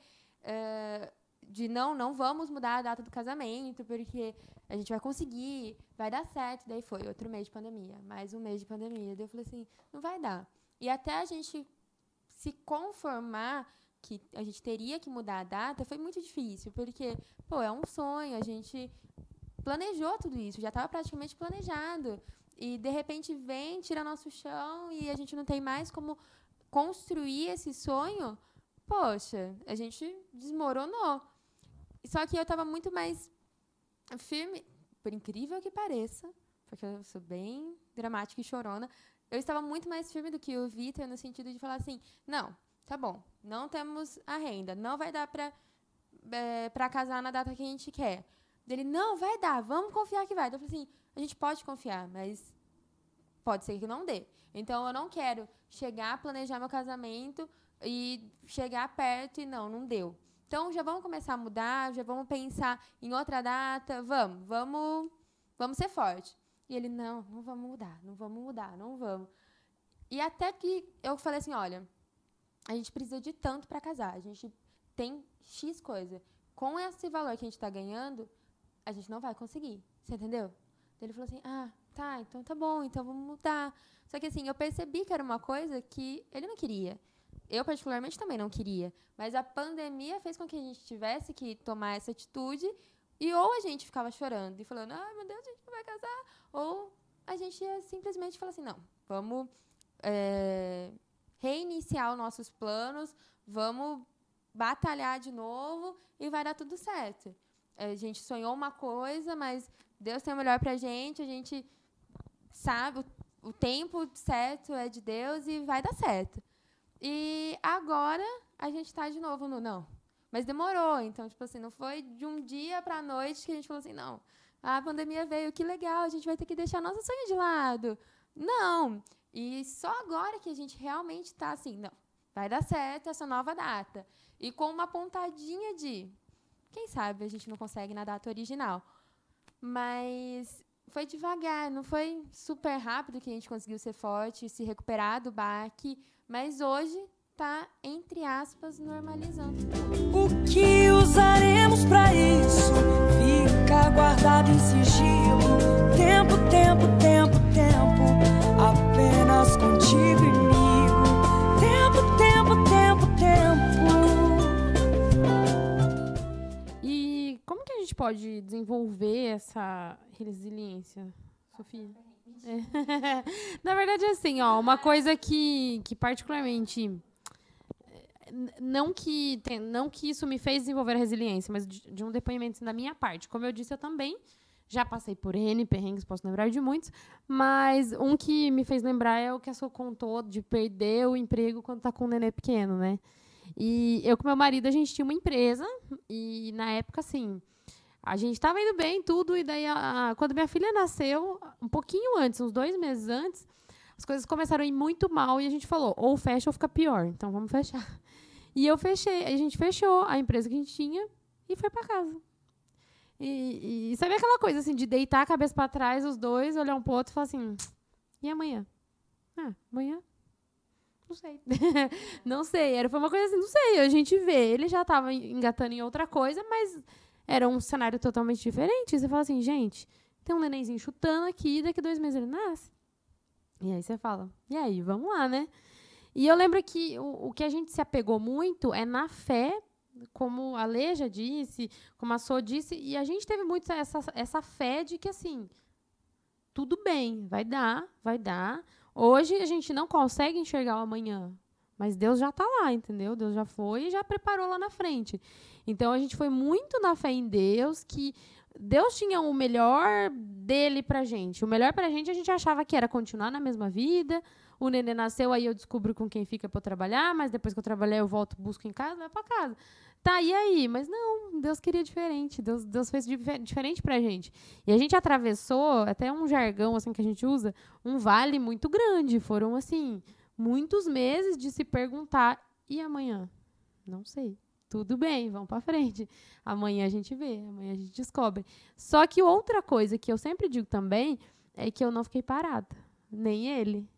[SPEAKER 5] Não vamos mudar a data do casamento, porque a gente vai conseguir, vai dar certo. Daí foi outro mês de pandemia, mais um mês de pandemia. Daí eu falei assim, não vai dar. E até a gente se conformar que a gente teria que mudar a data, foi muito difícil, porque, é um sonho, a gente planejou tudo isso, já estava praticamente planejado. E, de repente, vem, tira nosso chão e a gente não tem mais como construir esse sonho. Poxa, a gente desmoronou. Só que eu estava muito mais firme, por incrível que pareça, porque eu sou bem dramática e chorona, eu estava muito mais firme do que o Vitor, no sentido de falar assim, não, tá bom, não temos a renda, não vai dar para casar na data que a gente quer. Ele, não, vai dar, vamos confiar que vai. Eu falei assim, a gente pode confiar, mas pode ser que não dê. Então, eu não quero chegar, planejar meu casamento e chegar perto e não deu. Então, já vamos começar a mudar, já vamos pensar em outra data, vamos ser forte. E ele, não vamos mudar, não vamos. E até que eu falei assim, olha, a gente precisa de tanto para casar, a gente tem X coisa. Com esse valor que a gente está ganhando, a gente não vai conseguir, você entendeu? Ele falou assim, tá, então tá bom, então vamos mudar. Só que assim, eu percebi que era uma coisa que ele não queria. Eu, particularmente, também não queria. Mas a pandemia fez com que a gente tivesse que tomar essa atitude e ou a gente ficava chorando e falando, meu Deus, a gente não vai casar. Ou a gente ia simplesmente falar assim, não, vamos reiniciar os nossos planos, vamos batalhar de novo e vai dar tudo certo. A gente sonhou uma coisa, mas Deus tem o melhor pra gente, a gente sabe, o tempo certo é de Deus e vai dar certo. E agora a gente está de novo no não. Mas demorou, então, tipo assim, não foi de um dia para a noite que a gente falou assim, não, a pandemia veio, que legal, a gente vai ter que deixar nosso sonho de lado. Não. E só agora que a gente realmente está assim, não, vai dar certo essa nova data. E com uma pontadinha de, quem sabe a gente não consegue na data original. Mas foi devagar, não foi super rápido que a gente conseguiu ser forte, se recuperar do baque, mas hoje está, entre aspas, normalizando.
[SPEAKER 7] O que usaremos pra isso? Fica guardado em sigilo. Tempo, tempo, tempo, tempo, apenas contigo e comigo. Tempo, tempo, tempo, tempo.
[SPEAKER 2] E como que a gente pode desenvolver essa resiliência, Sofia? Na verdade, assim, uma coisa que particularmente não que isso me fez desenvolver a resiliência, mas de um depoimento da minha parte. Como eu disse, eu também já passei por N perrengues, posso lembrar de muitos, mas um que me fez lembrar é o que a Sô contou de perder o emprego quando tá com um nenê pequeno, né? E eu com meu marido, a gente tinha uma empresa e, na época, assim, a gente estava indo bem, tudo, e daí, quando minha filha nasceu, um pouquinho antes, uns 2 meses antes, as coisas começaram a ir muito mal e a gente falou, ou fecha ou fica pior, então vamos fechar. E a gente fechou a empresa que a gente tinha e foi para casa. E sabe aquela coisa, assim, de deitar a cabeça para trás, os dois, olhar um pro outro e falar assim, e amanhã? Amanhã? Não sei. Não sei, foi uma coisa assim, não sei, a gente vê. Ele já estava engatando em outra coisa, mas era um cenário totalmente diferente. E você fala assim, gente, tem um nenenzinho chutando aqui, daqui 2 meses ele nasce. E aí você fala, e aí, vamos lá, né? E eu lembro que o que a gente se apegou muito é na fé, como a Lê já disse, como a Sô disse, e a gente teve muito essa fé de que, assim, tudo bem, vai dar. Hoje a gente não consegue enxergar o amanhã, mas Deus já está lá, entendeu? Deus já foi e já preparou lá na frente. Então, a gente foi muito na fé em Deus, que Deus tinha o melhor dele pra gente. O melhor pra gente, a gente achava que era continuar na mesma vida. O nenê nasceu, aí eu descubro com quem fica pra eu trabalhar, mas depois que eu trabalhei, eu volto, busco em casa, vai pra casa. Tá, e aí? Mas não, Deus queria diferente. Deus fez diferente pra gente. E a gente atravessou, até um jargão assim que a gente usa, um vale muito grande. Foram, assim, muitos meses de se perguntar, e amanhã? Não sei. Tudo bem, vamos para frente. Amanhã a gente vê, amanhã a gente descobre. Só que outra coisa que eu sempre digo também é que eu não fiquei parada. Nem ele.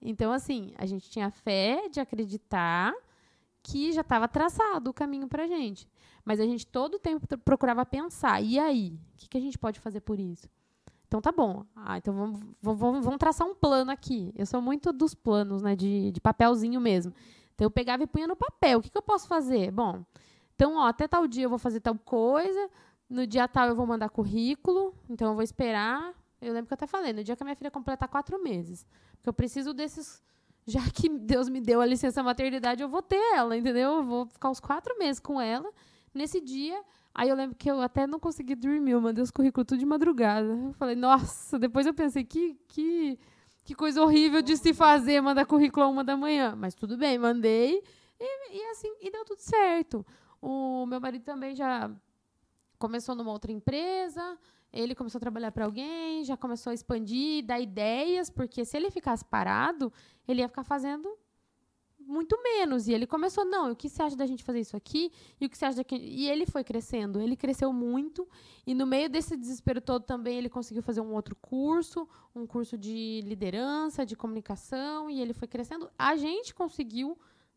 [SPEAKER 2] Então, assim, a gente tinha fé de acreditar que já estava traçado o caminho pra gente. Mas a gente todo o tempo procurava pensar, e aí? O que a gente pode fazer por isso? Então, tá bom. Então, vamos traçar um plano aqui. Eu sou muito dos planos, né, de papelzinho mesmo. Então, eu pegava e punha no papel. O que eu posso fazer? Bom, então, até tal dia eu vou fazer tal coisa, no dia tal eu vou mandar currículo, então eu vou esperar. Eu lembro que eu até falei, no dia que a minha filha completar 4 meses, porque eu preciso desses... Já que Deus me deu a licença maternidade, eu vou ter ela, entendeu? Eu vou ficar uns 4 meses com ela. Nesse dia, aí eu lembro que eu até não consegui dormir, eu mandei os currículos tudo de madrugada. Eu falei, nossa, depois eu pensei, que coisa horrível de se fazer, mandar currículo às 1h. Mas tudo bem, mandei, e assim, e deu tudo certo. O meu marido também já começou numa outra empresa, ele começou a trabalhar para alguém, já começou a expandir, dar ideias, porque se ele ficasse parado, ele ia ficar fazendo muito menos. E ele começou, não, o que você acha da gente fazer isso aqui? E o que você acha daqui? E ele foi crescendo, ele cresceu muito. E no meio desse desespero todo também, ele conseguiu fazer um outro curso, um curso de liderança, de comunicação, e ele foi crescendo. A gente conseguiu,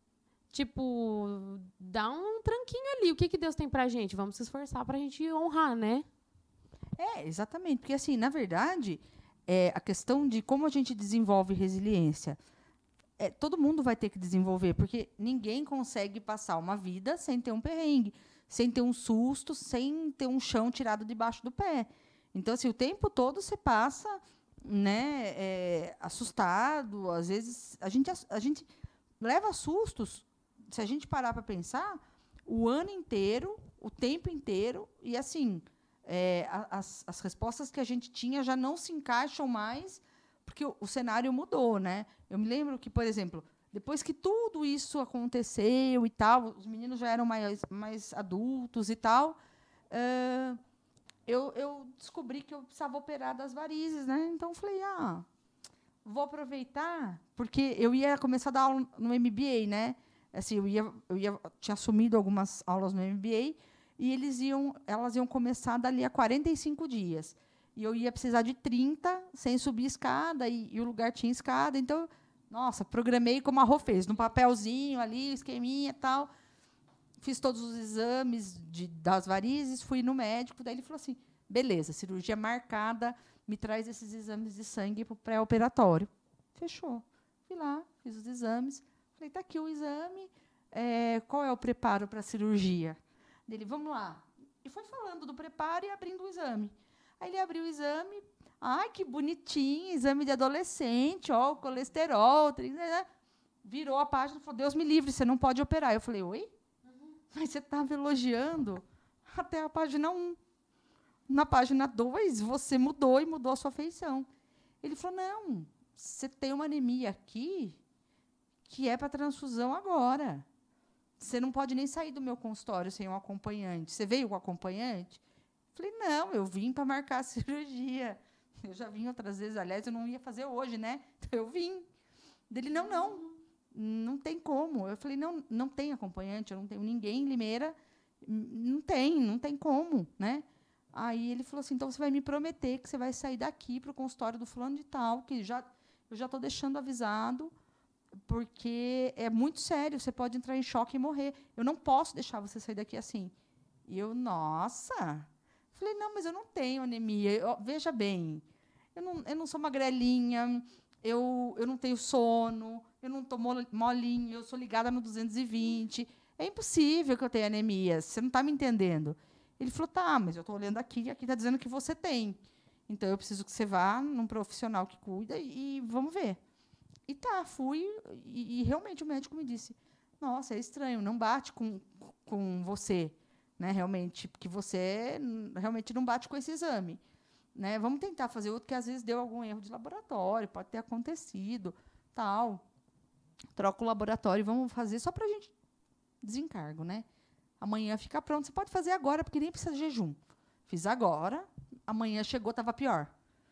[SPEAKER 2] tipo, dar um tranquinho ali. O que Deus tem pra gente? Vamos se esforçar pra gente honrar, né?
[SPEAKER 4] Exatamente. Porque, assim, na verdade, a questão de como a gente desenvolve resiliência, todo mundo vai ter que desenvolver, porque ninguém consegue passar uma vida sem ter um perrengue, sem ter um susto, sem ter um chão tirado debaixo do pé. Então, assim, o tempo todo você passa, né, assustado. Às vezes, a gente leva sustos, se a gente parar para pensar, o ano inteiro, o tempo inteiro, e, assim... as respostas que a gente tinha já não se encaixam mais, porque o cenário mudou, né? Eu me lembro que, por exemplo, depois que tudo isso aconteceu e tal, os meninos já eram mais adultos e tal, eu descobri que eu precisava operar das varizes, né? Então, eu falei, vou aproveitar, porque eu ia começar a dar aula no MBA, né? Assim, tinha assumido algumas aulas no MBA, e elas iam começar dali a 45 dias. E eu ia precisar de 30 sem subir escada, e o lugar tinha escada. Então, nossa, programei como a Rô fez, no papelzinho ali, esqueminha e tal. Fiz todos os exames das varizes, fui no médico, daí ele falou assim, beleza, cirurgia marcada, me traz esses exames de sangue para o pré-operatório. Fechou. Fui lá, fiz os exames, falei, está aqui o exame, qual é o preparo para a cirurgia? Dele, vamos lá. E foi falando do preparo e abrindo o exame. Aí ele abriu o exame. Ai, que bonitinho, exame de adolescente, ó, o colesterol. Virou a página e falou, Deus me livre, você não pode operar. Eu falei, oi? Mas você estava elogiando até a página 1. Na página 2, você mudou e mudou a sua feição. Ele falou, não, você tem uma anemia aqui que é para transfusão agora. Você não pode nem sair do meu consultório sem um acompanhante. Você veio com acompanhante? Falei, não, eu vim para marcar a cirurgia. Eu já vim outras vezes, aliás, eu não ia fazer hoje, né? Então, eu vim. Dele, não tem como. Eu falei, não tem acompanhante, eu não tenho ninguém em Limeira. Não tem como, né? Aí ele falou assim, então você vai me prometer que você vai sair daqui para o consultório do fulano de tal, que eu já estou deixando avisado, porque é muito sério, você pode entrar em choque e morrer. Eu não posso deixar você sair daqui assim. E eu, nossa... Falei, não, mas eu não tenho anemia. Veja bem, eu não sou magrelinha, eu não tenho sono, eu não estou molinha, eu sou ligada no 220. É impossível que eu tenha anemia, você não está me entendendo. Ele falou, tá, mas eu estou olhando aqui está dizendo que você tem. Então, eu preciso que você vá num profissional que cuida e vamos ver. E tá, fui, e realmente o médico me disse, nossa, é estranho, não bate com você. Né, realmente, porque você realmente não bate com esse exame. Né? Vamos tentar fazer outro, que às vezes deu algum erro de laboratório, pode ter acontecido, tal. Troca o laboratório e vamos fazer só para a gente desencargo. Né? Amanhã fica pronto. Você pode fazer agora, porque nem precisa de jejum. Fiz agora, amanhã chegou, estava pior.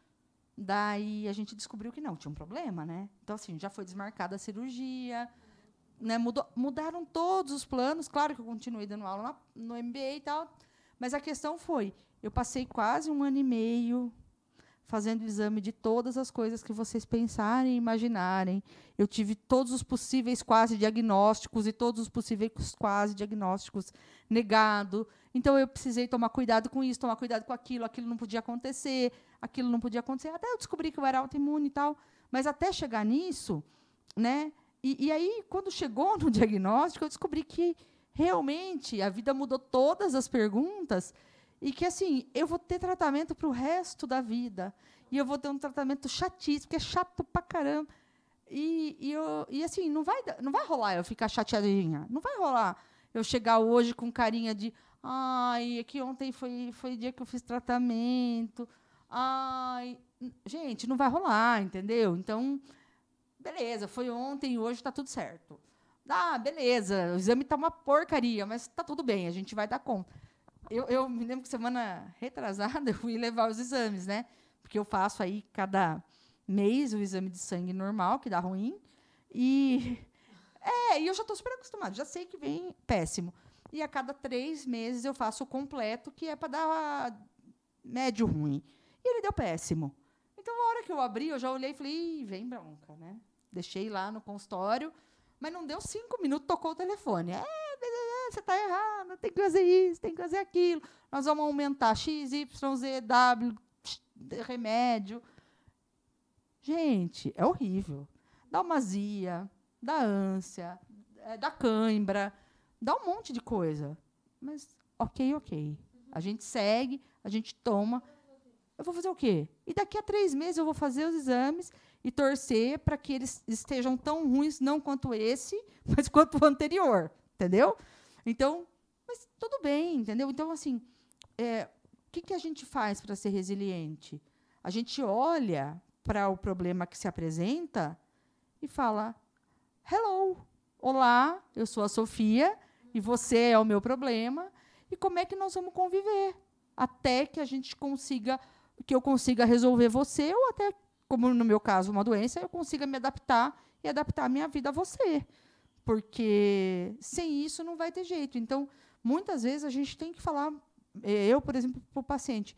[SPEAKER 4] Daí a gente descobriu que não, tinha um problema. Né? Então, assim, já foi desmarcada a cirurgia. Né, mudaram todos os planos. Claro que eu continuei dando aula no MBA e tal, mas a questão foi, eu passei quase 1 ano e meio fazendo exame de todas as coisas que vocês pensarem e imaginarem. Eu tive todos os possíveis quase diagnósticos e todos os possíveis quase diagnósticos negados. Então, eu precisei tomar cuidado com isso, tomar cuidado com aquilo. Aquilo não podia acontecer, aquilo não podia acontecer. Até eu descobri que eu era autoimune e tal. Mas, até chegar nisso, né? E aí, quando chegou no diagnóstico, eu descobri que, realmente, a vida mudou todas as perguntas e que, assim, eu vou ter tratamento para o resto da vida. E eu vou ter um tratamento chatíssimo, porque é chato pra caramba. E assim, não vai rolar eu ficar chateadinha. Não vai rolar eu chegar hoje com carinha de ai, é que ontem foi o dia que eu fiz tratamento. Ai, gente, não vai rolar, entendeu? Então, beleza, foi ontem e hoje está tudo certo. Ah, beleza, o exame está uma porcaria, mas está tudo bem, a gente vai dar conta. Eu me lembro que semana retrasada eu fui levar os exames, né? Porque eu faço aí cada mês o exame de sangue normal, que dá ruim. E eu já estou super acostumada, já sei que vem péssimo. E a cada 3 meses eu faço o completo, que é para dar médio ruim. E ele deu péssimo. Então, a hora que eu abri, eu já olhei e falei, ih, vem bronca, né? Deixei lá no consultório, mas não deu 5 minutos, tocou o telefone. Você está errado, tem que fazer isso, tem que fazer aquilo. Nós vamos aumentar X, Y, Z, W, remédio. Gente, é horrível. Dá uma azia, dá ânsia, dá cãibra, dá um monte de coisa. Mas, ok. A gente segue, a gente toma. Eu vou fazer o quê? E daqui a 3 meses eu vou fazer os exames e torcer para que eles estejam tão ruins, não quanto esse, mas quanto o anterior. Entendeu? Então, mas tudo bem, entendeu? Então, assim, o que a gente faz para ser resiliente? A gente olha para o problema que se apresenta e fala, hello, olá, eu sou a Sofia e você é o meu problema. E como é que nós vamos conviver? Até que a gente consiga, que eu consiga resolver você, ou até, como no meu caso, uma doença, eu consiga me adaptar e adaptar a minha vida a você. Porque sem isso não vai ter jeito. Então, muitas vezes a gente tem que falar, eu, por exemplo, para o paciente,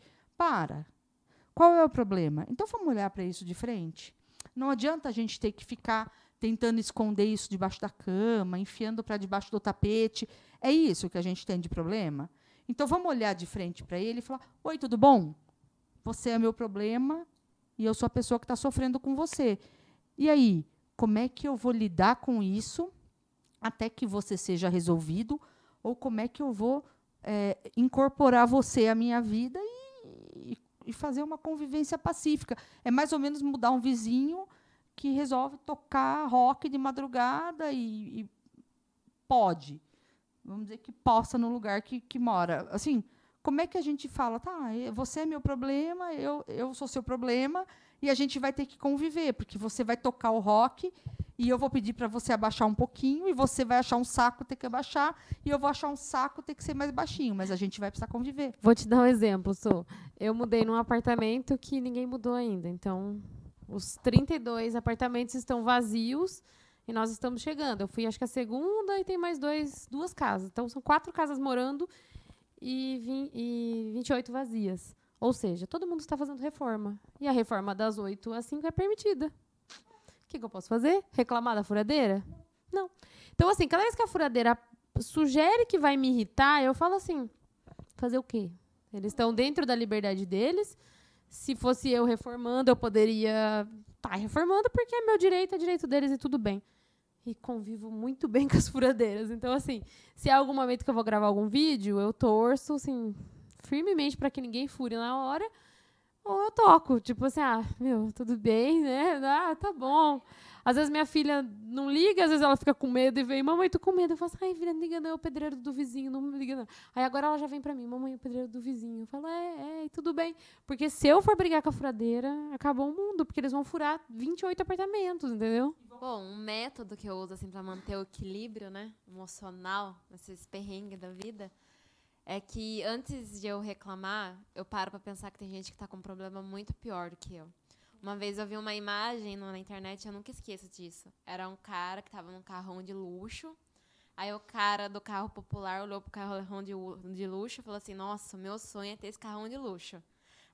[SPEAKER 4] qual é o problema? Então, vamos olhar para isso de frente? Não adianta a gente ter que ficar tentando esconder isso debaixo da cama, enfiando para debaixo do tapete. É isso que a gente tem de problema? Então, vamos olhar de frente para ele e falar, oi, tudo bom? Você é meu problema e eu sou a pessoa que está sofrendo com você. E aí, como é que eu vou lidar com isso até que você seja resolvido? Ou como é que eu vou incorporar você à minha vida e fazer uma convivência pacífica? É mais ou menos mudar um vizinho que resolve tocar rock de madrugada e pode. Vamos dizer que possa no lugar que mora. Assim, como é que a gente fala, você é meu problema, eu sou seu problema, e a gente vai ter que conviver, porque você vai tocar o rock e eu vou pedir para você abaixar um pouquinho, e você vai achar um saco, ter que abaixar, e eu vou achar um saco, ter que ser mais baixinho, mas a gente vai precisar conviver.
[SPEAKER 2] Vou te dar um exemplo, Su. Eu mudei num apartamento que ninguém mudou ainda. Então, os 32 apartamentos estão vazios e nós estamos chegando. Eu fui, acho que a segunda, e tem mais 2 casas. Então, são 4 casas morando e 28 vazias. Ou seja, todo mundo está fazendo reforma. E a reforma das 8 às 5 é permitida. O que eu posso fazer? Reclamar da furadeira? Não. Então, assim, cada vez que a furadeira sugere que vai me irritar, eu falo assim, fazer o quê? Eles estão dentro da liberdade deles. Se fosse eu reformando, eu poderia estar reformando, porque é meu direito, é direito deles e tudo bem. E convivo muito bem com as furadeiras. Então, assim, se há algum momento que eu vou gravar algum vídeo, eu torço, assim, firmemente para que ninguém fure na hora. Ou eu toco, tipo assim, tudo bem, né? Tá bom. Às vezes minha filha não liga, às vezes ela fica com medo e vem, mamãe, tô com medo. Eu falo assim, filha, não liga não, é o pedreiro do vizinho, não me liga não. Aí agora ela já vem pra mim, mamãe, é o pedreiro do vizinho. Eu falo, tudo bem. Porque se eu for brigar com a furadeira, acabou o mundo, porque eles vão furar 28 apartamentos, entendeu?
[SPEAKER 5] Bom, um método que eu uso assim, pra manter o equilíbrio, né, emocional, nesses perrengues da vida, é que antes de eu reclamar, eu paro pra pensar que tem gente que tá com um problema muito pior do que eu. Uma vez eu vi uma imagem na internet, eu nunca esqueço disso. Era um cara que tava num carrão de luxo. Aí o cara do carro popular olhou pro carrão de luxo e falou assim, nossa, meu sonho é ter esse carrão de luxo.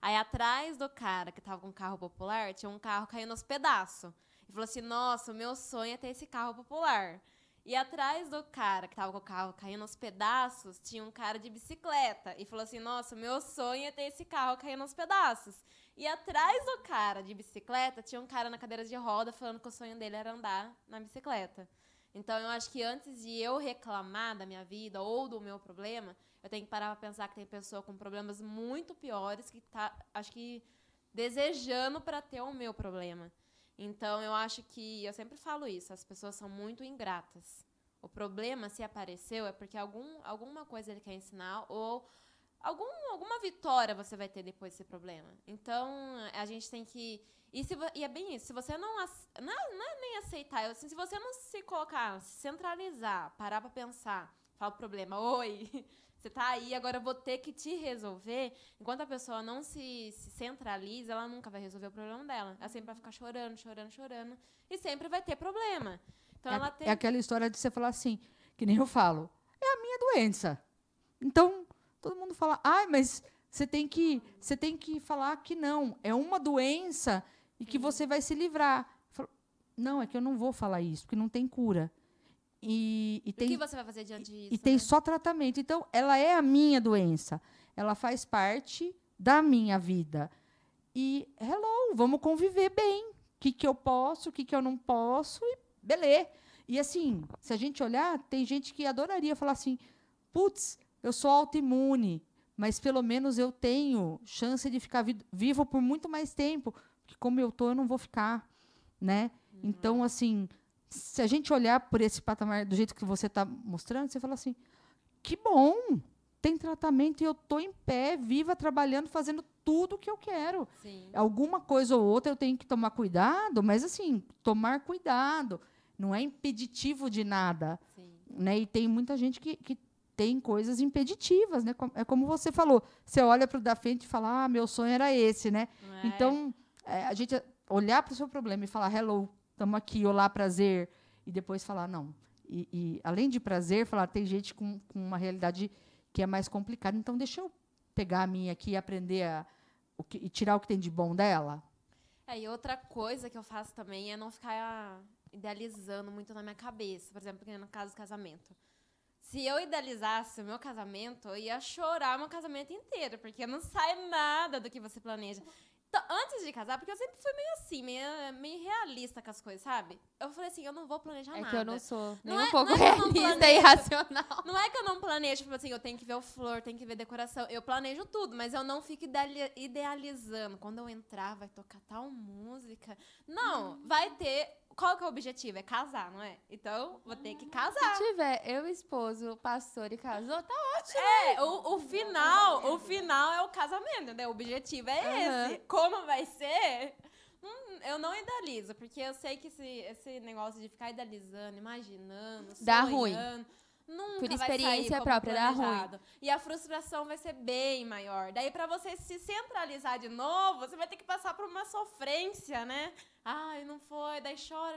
[SPEAKER 8] Aí, atrás do cara que tava com o carro popular, tinha um carro caindo aos pedaços. E falou assim, nossa, o meu sonho é ter esse carro popular. E atrás do cara que tava com o carro caindo aos pedaços, tinha um cara de bicicleta. E falou assim, nossa, o meu sonho é ter esse carro caindo aos pedaços. E atrás do cara de bicicleta, tinha um cara na cadeira de roda falando que o sonho dele era andar na bicicleta. Então, eu acho que antes de eu reclamar da minha vida ou do meu problema, eu tenho que parar pra pensar que tem pessoa com problemas muito piores que tá, acho que, desejando para ter o meu problema. Então, eu acho que, eu sempre falo isso, as pessoas são muito ingratas. O problema, se apareceu, é porque alguma coisa ele quer ensinar ou alguma vitória você vai ter depois desse problema. Então, a gente tem que... E é bem isso, se você não é nem aceitar, assim, se você não se colocar, se centralizar, parar pra pensar, falar o problema, oi, você tá aí, agora eu vou ter que te resolver. Enquanto a pessoa não se centraliza, ela nunca vai resolver o problema dela. Ela sempre vai ficar chorando e sempre vai ter problema. Então, ela tem...
[SPEAKER 4] É aquela história de você falar assim, que nem eu falo, é a minha doença. Então, todo mundo fala, mas você tem que falar que não, é uma doença e que você vai se livrar. Eu falo, não, é que eu não vou falar isso, porque não tem cura. E
[SPEAKER 8] o que você vai fazer diante disso?
[SPEAKER 4] E tem só tratamento. Então, ela é a minha doença. Ela faz parte da minha vida. E, vamos conviver bem. O que eu posso, o que eu não posso, e beleza. E, assim, se a gente olhar, tem gente que adoraria falar assim, putz, eu sou autoimune, mas pelo menos eu tenho chance de ficar vivo por muito mais tempo, porque como eu tô, eu não vou ficar, né? Então, assim, se a gente olhar por esse patamar do jeito que você está mostrando, você fala assim, que bom, tem tratamento e eu tô em pé, viva, trabalhando, fazendo tudo o que eu quero.
[SPEAKER 8] Sim.
[SPEAKER 4] Alguma coisa ou outra eu tenho que tomar cuidado, mas, assim, tomar cuidado não é impeditivo de nada.
[SPEAKER 8] Sim.
[SPEAKER 4] Né? E tem muita gente que tem coisas impeditivas, né? É como você falou, você olha para o da frente e fala, meu sonho era esse, né? Então, a gente olhar para o seu problema e falar, hello, estamos aqui, olá, prazer, e depois falar, não. E além de prazer, falar, tem gente com uma realidade que é mais complicada, então deixa eu pegar a minha aqui e aprender e tirar o que tem de bom dela.
[SPEAKER 8] E outra coisa que eu faço também é não ficar idealizando muito na minha cabeça, por exemplo, no caso do casamento. Se eu idealizasse o meu casamento, eu ia chorar meu casamento inteiro, porque não sai nada do que você planeja. Então, antes de casar, porque eu sempre fui meio assim, meio realista com as coisas, sabe? Eu falei assim, eu não vou planejar nada.
[SPEAKER 5] É que eu não sou nem
[SPEAKER 8] Não
[SPEAKER 5] um pouco
[SPEAKER 8] não
[SPEAKER 5] realista e irracional.
[SPEAKER 8] Não é que eu não planejo, tipo assim, eu tenho que ver o flor, tenho que ver decoração. Eu planejo tudo, mas eu não fico idealizando. Quando eu entrar, vai tocar tal música. Não, vai ter... Qual que é o objetivo? É casar, não é? Então, vou ter que casar.
[SPEAKER 5] Se tiver eu, esposo, pastor e casou, tá ótimo.
[SPEAKER 8] O final é o casamento, né? O objetivo é esse. Como vai ser? Eu não idealizo, porque eu sei que esse negócio de ficar idealizando, imaginando,
[SPEAKER 5] dá
[SPEAKER 8] sonhando,
[SPEAKER 5] ruim.
[SPEAKER 8] Nunca
[SPEAKER 5] por
[SPEAKER 8] vai
[SPEAKER 5] experiência
[SPEAKER 8] sair como
[SPEAKER 5] própria, dá
[SPEAKER 8] planejado. E a frustração vai ser bem maior. Daí, pra você se centralizar de novo, você vai ter que passar por uma sofrência, né? Ai, não foi. Daí chora.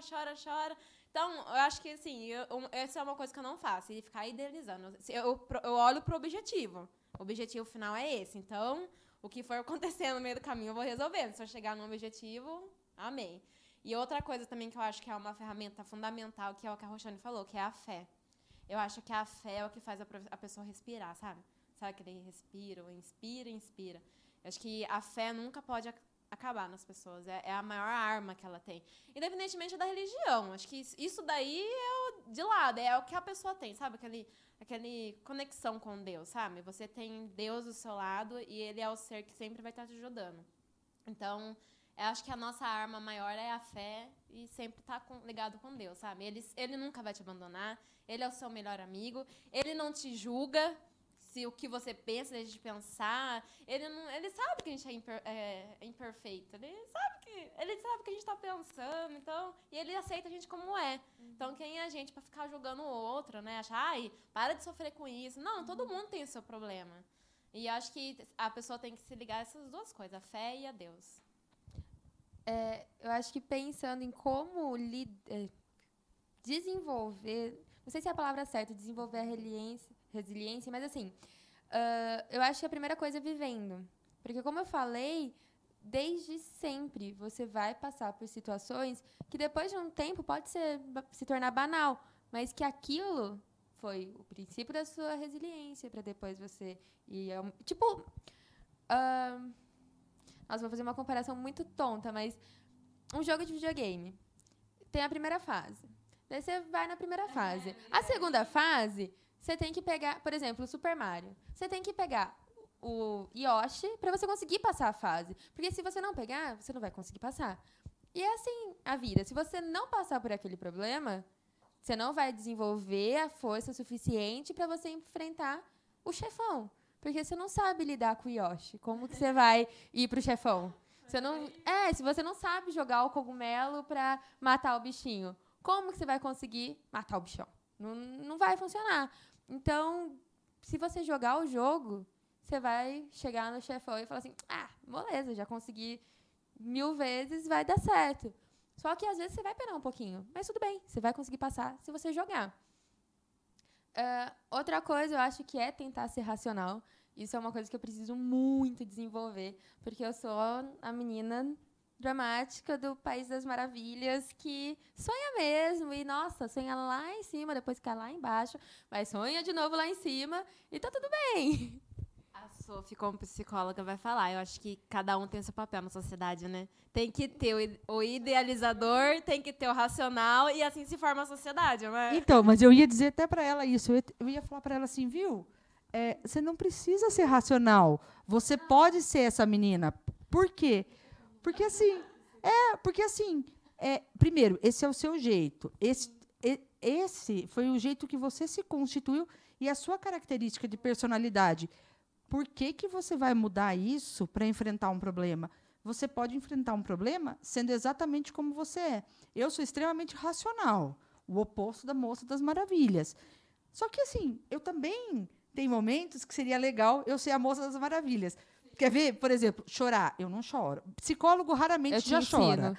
[SPEAKER 8] Então, eu acho que, assim, essa é uma coisa que eu não faço. E ficar idealizando. Eu olho pro objetivo. O objetivo final é esse. Então, o que for acontecendo no meio do caminho, eu vou resolvendo. Se eu chegar no objetivo, amém. E outra coisa também que eu acho que é uma ferramenta fundamental, que é o que a Roxane falou, que é a fé. Eu acho que a fé é o que faz a pessoa respirar, sabe? Sabe aquele respiro, inspira. Eu acho que a fé nunca pode acabar nas pessoas. É a maior arma que ela tem. Independentemente da religião. Acho que isso daí é de lado. É o que a pessoa tem, sabe? Aquele conexão com Deus, sabe? Você tem Deus do seu lado e Ele é o ser que sempre vai estar te ajudando. Então... eu acho que a nossa arma maior é a fé e sempre estar ligado com Deus, sabe? Ele nunca vai te abandonar, Ele é o seu melhor amigo, Ele não te julga se o que você pensa, deixa de pensar. Ele sabe que a gente é imperfeito, ele sabe que a gente está pensando, então, e Ele aceita a gente como é. Então, quem é a gente para ficar julgando o outro, né? Achar, para de sofrer com isso. Não, todo mundo tem o seu problema. E acho que a pessoa tem que se ligar a essas duas coisas, a fé e a Deus.
[SPEAKER 5] Eu acho que pensando em como desenvolver, não sei se é a palavra certa, desenvolver a resiliência, mas assim, eu acho que a primeira coisa é vivendo. Porque, como eu falei, desde sempre você vai passar por situações que, depois de um tempo, pode se tornar banal, mas que aquilo foi o princípio da sua resiliência para depois você ir... Tipo... Nossa, vou fazer uma comparação muito tonta, mas um jogo de videogame tem a primeira fase. Daí você vai na primeira fase. A segunda fase, você tem que pegar, por exemplo, o Super Mario. Você tem que pegar o Yoshi para você conseguir passar a fase. Porque se você não pegar, você não vai conseguir passar. E é assim a vida. Se você não passar por aquele problema, você não vai desenvolver a força suficiente para você enfrentar o chefão. Porque você não sabe lidar com o Yoshi. Como que você vai ir pro chefão? Se você não sabe jogar o cogumelo para matar o bichinho, como que você vai conseguir matar o bichão? Não vai funcionar. Então, se você jogar o jogo, você vai chegar no chefão e falar assim, beleza, já consegui 1000 vezes, vai dar certo. Só que, às vezes, você vai penar um pouquinho. Mas tudo bem, você vai conseguir passar se você jogar. Outra coisa, eu acho que é tentar ser racional. Isso é uma coisa que eu preciso muito desenvolver, porque eu sou a menina dramática do País das Maravilhas que sonha mesmo e, nossa, sonha lá em cima, depois cai lá embaixo, mas sonha de novo lá em cima e tá tudo bem.
[SPEAKER 8] A Sophie, como psicóloga, vai falar. Eu acho que cada um tem seu papel na sociedade, né? Tem que ter o idealizador, tem que ter o racional, e assim se forma a sociedade, não é?
[SPEAKER 4] Então, mas eu ia dizer até para ela isso. Eu ia falar para ela assim, viu? Você não precisa ser racional. Você pode ser essa menina. Por quê? Porque assim, primeiro, esse é o seu jeito. Esse foi o jeito que você se constituiu e a sua característica de personalidade. Por que você vai mudar isso para enfrentar um problema? Você pode enfrentar um problema sendo exatamente como você é. Eu sou extremamente racional, o oposto da Moça das Maravilhas. Só que, assim, eu também tenho momentos que seria legal eu ser a Moça das Maravilhas. Quer ver, por exemplo, chorar? Eu não choro. Psicólogo raramente já chora.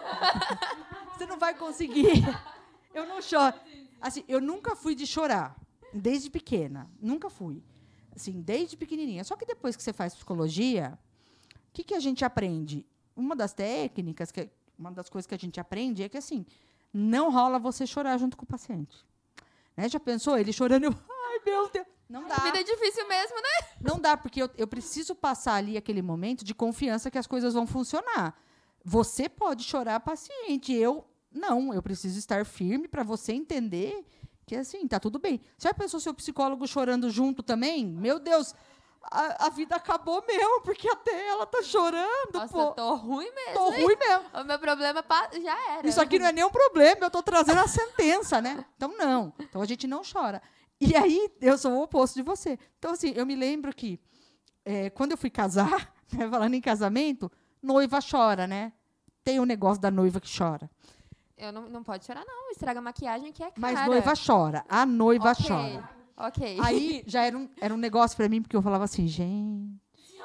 [SPEAKER 4] Você não vai conseguir. Eu não choro. Assim, eu nunca fui de chorar, desde pequena. Nunca fui. Assim, desde pequenininha. Só que depois que você faz psicologia, o que a gente aprende? Uma das técnicas, uma das coisas que a gente aprende é que, assim, não rola você chorar junto com o paciente. Né? Já pensou? Ele chorando, ai, meu Deus. Não dá.
[SPEAKER 5] A vida é difícil mesmo, né?
[SPEAKER 4] Não dá, porque eu preciso passar ali aquele momento de confiança que as coisas vão funcionar. Você pode chorar paciente, eu não. Eu preciso estar firme para você entender que, assim, tá tudo bem. Você já pensou seu psicólogo chorando junto também? Meu Deus, a vida acabou mesmo, porque até ela tá chorando,
[SPEAKER 5] Nossa,
[SPEAKER 4] pô.
[SPEAKER 5] eu tô ruim mesmo.
[SPEAKER 4] Tô ruim mesmo.
[SPEAKER 5] O meu problema já era.
[SPEAKER 4] Isso aqui não é nem um problema, eu tô trazendo a sentença, né? Então, não. Então, a gente não chora. E aí, eu sou o oposto de você. Então, assim, eu me lembro que, quando eu fui casar, né, falando em casamento, noiva chora, né? Tem o negócio da noiva que chora.
[SPEAKER 5] Eu não pode chorar, não. Estraga a maquiagem que é cara.
[SPEAKER 4] Mas noiva chora. A noiva chora.
[SPEAKER 5] Ok.
[SPEAKER 4] Aí, já era um negócio para mim, porque eu falava assim, gente...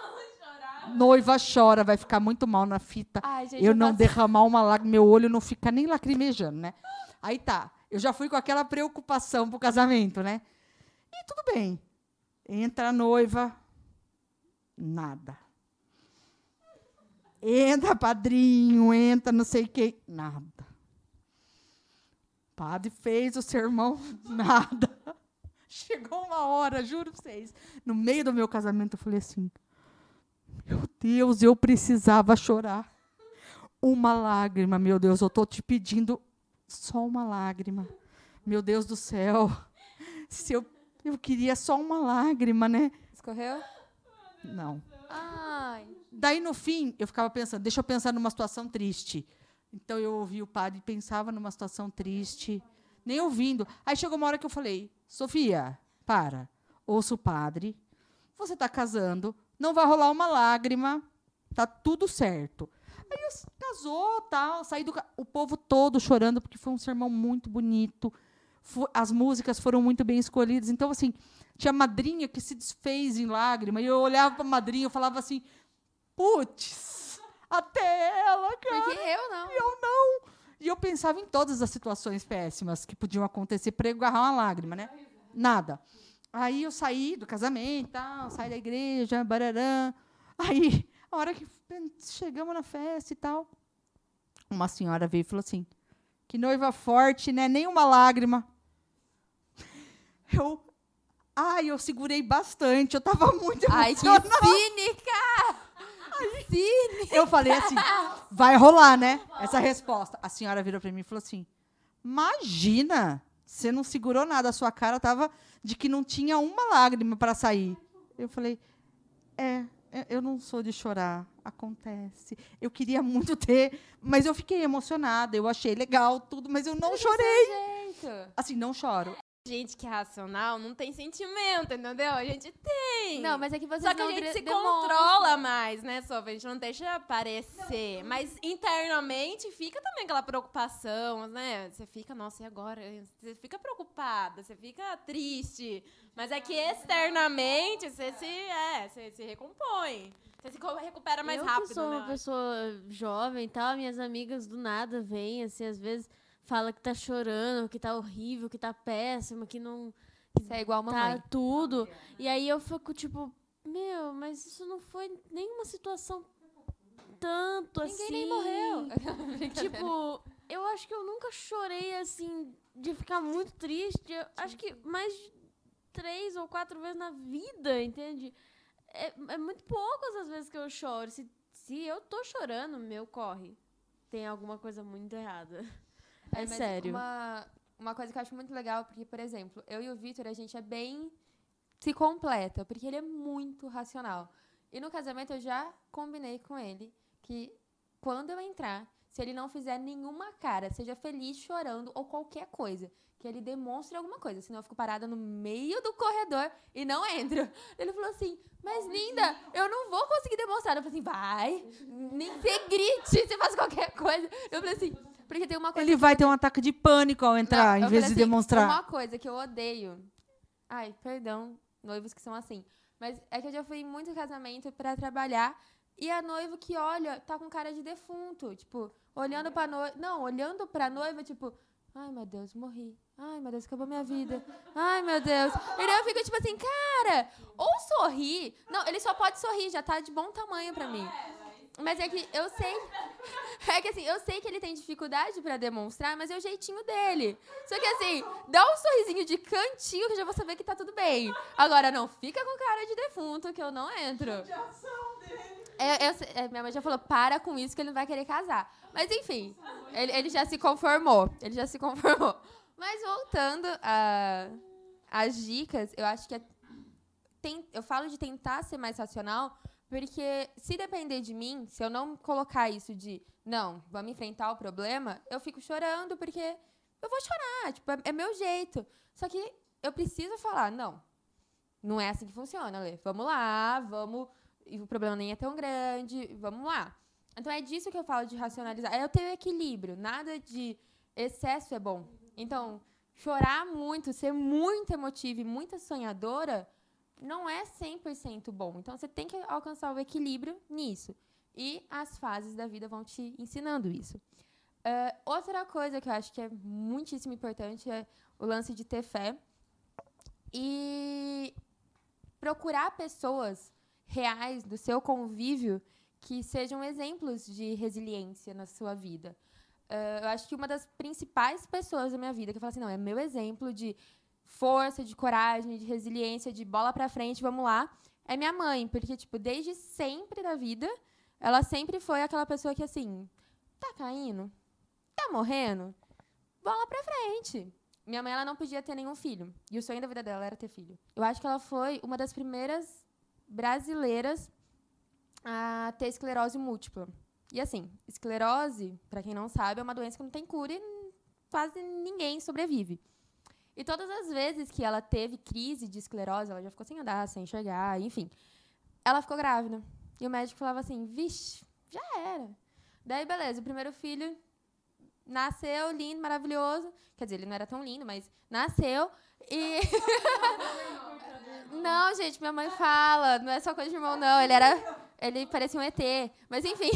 [SPEAKER 4] Noiva chora, vai ficar muito mal na fita.
[SPEAKER 5] Ai, gente,
[SPEAKER 4] eu não derramar uma lágrima, meu olho não fica nem lacrimejando, né? Aí tá. Eu já fui com aquela preocupação pro casamento, né? E tudo bem. Entra a noiva, nada. Entra padrinho, entra não sei o quê, nada. Padre fez o sermão, nada. Chegou uma hora, juro pra vocês, no meio do meu casamento, eu falei assim, meu Deus, eu precisava chorar. Uma lágrima, meu Deus, eu tô te pedindo só uma lágrima. Meu Deus do céu. Se eu queria só uma lágrima, né?
[SPEAKER 5] Escorreu?
[SPEAKER 4] Não.
[SPEAKER 5] Ai.
[SPEAKER 4] Daí, no fim, eu ficava pensando, deixa eu pensar numa situação triste. Então, eu ouvi o padre e pensava numa situação triste, nem ouvindo. Aí, chegou uma hora que eu falei, Sofia, para. Ouça o padre. Você está casando, não vai rolar uma lágrima, tá tudo certo. Aí casou, tal, saí o povo todo chorando, porque foi um sermão muito bonito. As músicas foram muito bem escolhidas. Então, assim, tinha madrinha que se desfez em lágrima. E eu olhava para a madrinha e falava assim, putz, até ela, cara.
[SPEAKER 5] Porque eu não.
[SPEAKER 4] E eu não. E eu pensava em todas as situações péssimas que podiam acontecer para eu agarrar uma lágrima, né? Nada. Aí eu saí do casamento, tal, saí da igreja, bararã. Aí, a hora que chegamos na festa e tal, uma senhora veio e falou assim, que noiva forte, né? Nem uma lágrima. Eu segurei bastante, eu tava muito
[SPEAKER 5] Ai, que
[SPEAKER 4] emocionada.
[SPEAKER 5] cínica! Cínica!
[SPEAKER 4] Eu falei assim, vai rolar, né? Essa resposta. A senhora virou pra mim e falou assim, imagina, você não segurou nada, a sua cara tava de que não tinha uma lágrima para sair. Eu falei, eu não sou de chorar, acontece. Eu queria muito ter, mas eu fiquei emocionada, eu achei legal tudo, mas eu não chorei.
[SPEAKER 5] Jeito.
[SPEAKER 4] Assim, não choro.
[SPEAKER 8] Gente que é racional não tem sentimento, entendeu? A gente tem.
[SPEAKER 5] Não, mas é que você
[SPEAKER 8] Só que a
[SPEAKER 5] não
[SPEAKER 8] gente se
[SPEAKER 5] demonstra.
[SPEAKER 8] controla mais, né, Sofia? A gente não deixa aparecer. Mas internamente fica também aquela preocupação, né? Você fica, nossa, e agora? Você fica preocupada, você fica triste. Mas é que externamente você se recompõe. Você se recupera mais rápido,
[SPEAKER 6] Eu que sou
[SPEAKER 8] né?
[SPEAKER 6] uma pessoa jovem e tal, minhas amigas do nada vêm, assim, às vezes fala que tá chorando, que tá horrível, que tá péssimo, que não...
[SPEAKER 5] Você é igual a
[SPEAKER 6] Tá
[SPEAKER 5] mamãe.
[SPEAKER 6] tudo. E aí eu fico tipo, meu, mas isso não foi nenhuma situação tanto
[SPEAKER 5] Ninguém
[SPEAKER 6] assim.
[SPEAKER 5] nem morreu.
[SPEAKER 6] Tipo, eu acho que eu nunca chorei assim, de ficar muito triste. Eu acho que mais de 3 ou 4 vezes na vida, entende? É muito poucas as vezes que eu choro. Se eu tô chorando, meu corre. Tem alguma coisa muito errada. É
[SPEAKER 5] mas
[SPEAKER 6] sério.
[SPEAKER 5] Uma coisa que eu acho muito legal, porque, por exemplo, eu e o Vitor, a gente é bem... se completa, porque ele é muito racional. E no casamento eu já combinei com ele que quando eu entrar, se ele não fizer nenhuma cara, seja feliz, chorando ou qualquer coisa, que ele demonstre alguma coisa, senão eu fico parada no meio do corredor e não entro. Ele falou assim, mas linda, eu não vou conseguir demonstrar. Eu falei assim, vai, nem você grite, você faz qualquer coisa. Eu falei assim, porque tem uma coisa...
[SPEAKER 4] Ele vai ter um ataque de pânico ao entrar,
[SPEAKER 5] Não,
[SPEAKER 4] em
[SPEAKER 5] eu
[SPEAKER 4] vez
[SPEAKER 5] falei
[SPEAKER 4] de
[SPEAKER 5] assim,
[SPEAKER 4] demonstrar.
[SPEAKER 5] Uma coisa que eu odeio. Ai, perdão, noivos que são assim. Mas é que eu já fui em muito casamento pra trabalhar e a noiva que olha tá com cara de defunto. Tipo, olhando pra noiva. Não, olhando pra noiva, tipo, ai meu Deus, morri. Ai meu Deus, acabou minha vida. Ai meu Deus. E daí eu fico tipo assim, cara, ou sorrir. Não, ele só pode sorrir, já tá de bom tamanho pra mim. Mas é que eu sei... É que assim, eu sei que ele tem dificuldade pra demonstrar, mas é o jeitinho dele. Só que assim, dá um sorrisinho de cantinho que eu já vou saber que tá tudo bem. Agora, não fica com cara de defunto que eu não entro. Minha mãe já falou, para com isso que ele não vai querer casar. Mas enfim, ele já se conformou. Ele já se conformou. Mas voltando às dicas, eu acho que eu falo de tentar ser mais racional, porque se depender de mim, se eu não colocar isso de, não, vamos enfrentar o problema, eu fico chorando porque eu vou chorar, tipo, é meu jeito. Só que eu preciso falar, não é assim que funciona, Lê. Vamos lá, e o problema nem é tão grande, vamos lá. Então é disso que eu falo de racionalizar. É eu ter o equilíbrio, nada de excesso é bom. Então, chorar muito, ser muito emotiva e muito sonhadora, não é 100% bom. Então, você tem que alcançar o equilíbrio nisso. E as fases da vida vão te ensinando isso. Outra coisa que eu acho que é muitíssimo importante é o lance de ter fé. E procurar pessoas reais do seu convívio que sejam exemplos de resiliência na sua vida. Eu acho que uma das principais pessoas da minha vida que eu falo assim, não, é meu exemplo de força, de coragem, de resiliência, de bola pra frente, vamos lá, é minha mãe. Porque, tipo, desde sempre da vida, ela sempre foi aquela pessoa que, assim, tá caindo? Tá morrendo? Bola pra frente. Minha mãe, ela não podia ter nenhum filho. E o sonho da vida dela era ter filho. Eu acho que ela foi uma das primeiras brasileiras a ter esclerose múltipla. E, assim, esclerose, pra quem não sabe, é uma doença que não tem cura e quase ninguém sobrevive. E todas as vezes que ela teve crise de esclerose, ela já ficou sem andar, sem enxergar, enfim, ela ficou grávida. E o médico falava assim, vixe, já era. Daí, beleza, o primeiro filho nasceu, lindo, maravilhoso. Quer dizer, ele não era tão lindo, mas nasceu. E... Não, gente, minha mãe fala, não é só coisa de irmão, não. Ele parecia um ET. Mas, enfim.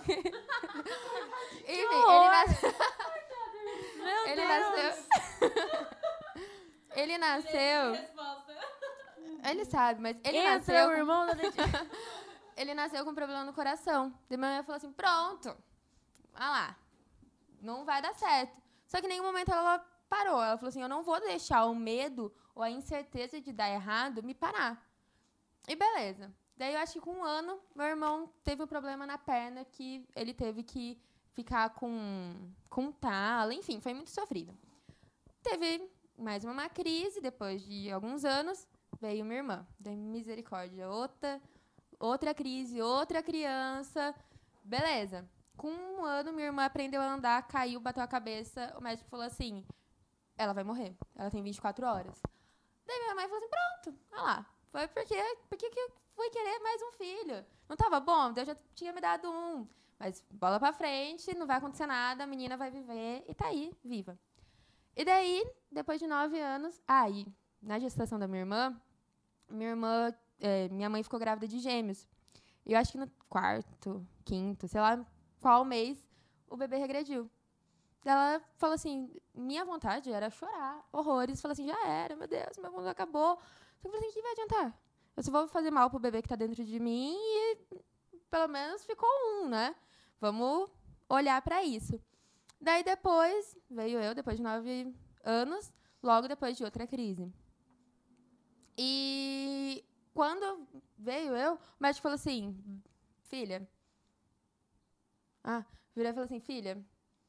[SPEAKER 5] Ele nasceu. Ele sabe, mas ele nasceu.
[SPEAKER 6] O irmão da
[SPEAKER 5] ele nasceu com problema no coração. Daí minha mãe falou assim, pronto, vai lá, não vai dar certo. Só que em nenhum momento ela parou. Ela falou assim, eu não vou deixar o medo ou a incerteza de dar errado me parar. E beleza. Daí eu acho que com 1 ano, meu irmão teve um problema na perna que ele teve que ficar com tala, enfim, foi muito sofrido. Teve mais uma crise, depois de alguns anos, veio minha irmã. Daí, misericórdia, outra crise, outra criança. Beleza. Com 1 ano, minha irmã aprendeu a andar, caiu, bateu a cabeça. O médico falou assim, ela vai morrer. Ela tem 24 horas. Daí minha mãe falou assim, pronto, olha lá. Foi porque que eu fui querer mais um filho? Não tava bom? Deus já tinha me dado um. Mas bola pra frente, não vai acontecer nada, a menina vai viver e tá aí, viva. E daí, depois de 9 anos... e na gestação da minha mãe ficou grávida de gêmeos. E eu acho que no 4º, 5º, sei lá qual mês, o bebê regrediu. Ela falou assim, minha vontade era chorar, horrores. Falou assim, já era, meu Deus, meu mundo acabou. Eu falei assim, o que vai adiantar? Eu só vou fazer mal pro bebê que tá dentro de mim e pelo menos ficou um, né? Vamos olhar pra isso. Daí depois, veio eu, depois de 9 anos, logo depois de outra crise. E quando veio eu, o médico falou assim, filha... virou e falou assim, filha,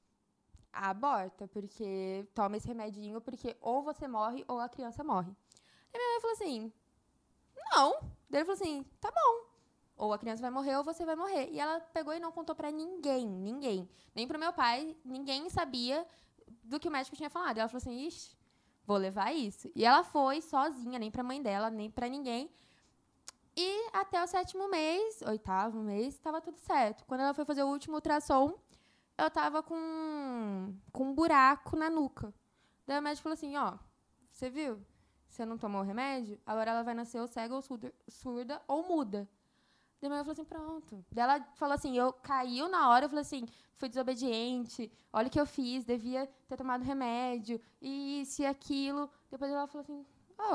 [SPEAKER 5] aborta, porque toma esse remedinho, porque ou você morre ou a criança morre. E minha mãe falou assim, não. Daí ele falou assim, tá bom. Ou a criança vai morrer ou você vai morrer. E ela pegou e não contou pra ninguém. Nem pro meu pai, ninguém sabia do que o médico tinha falado. E ela falou assim, ixi, vou levar isso. E ela foi sozinha, nem pra mãe dela, nem pra ninguém. E até o 7º mês, 8º mês, estava tudo certo. Quando ela foi fazer o último ultrassom, eu tava com um buraco na nuca. Daí o médico falou assim, você viu? Você não tomou o remédio? Agora ela vai nascer ou cega, ou surda, ou muda. Daí minha mãe falou assim, pronto. Daí ela falou assim, eu caiu na hora, eu falei assim, fui desobediente, olha o que eu fiz, devia ter tomado remédio, e isso e aquilo. Depois ela falou assim,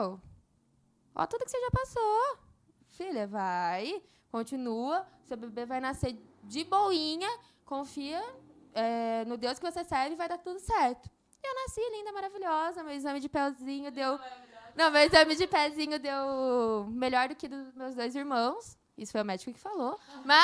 [SPEAKER 5] ó tudo que você já passou. Filha, vai, continua, seu bebê vai nascer de boinha, confia no Deus que você serve e vai dar tudo certo. E eu nasci linda, maravilhosa, meu exame de pezinho deu... Não, meu exame de pezinho deu melhor do que dos meus 2 irmãos. Isso foi o médico que falou.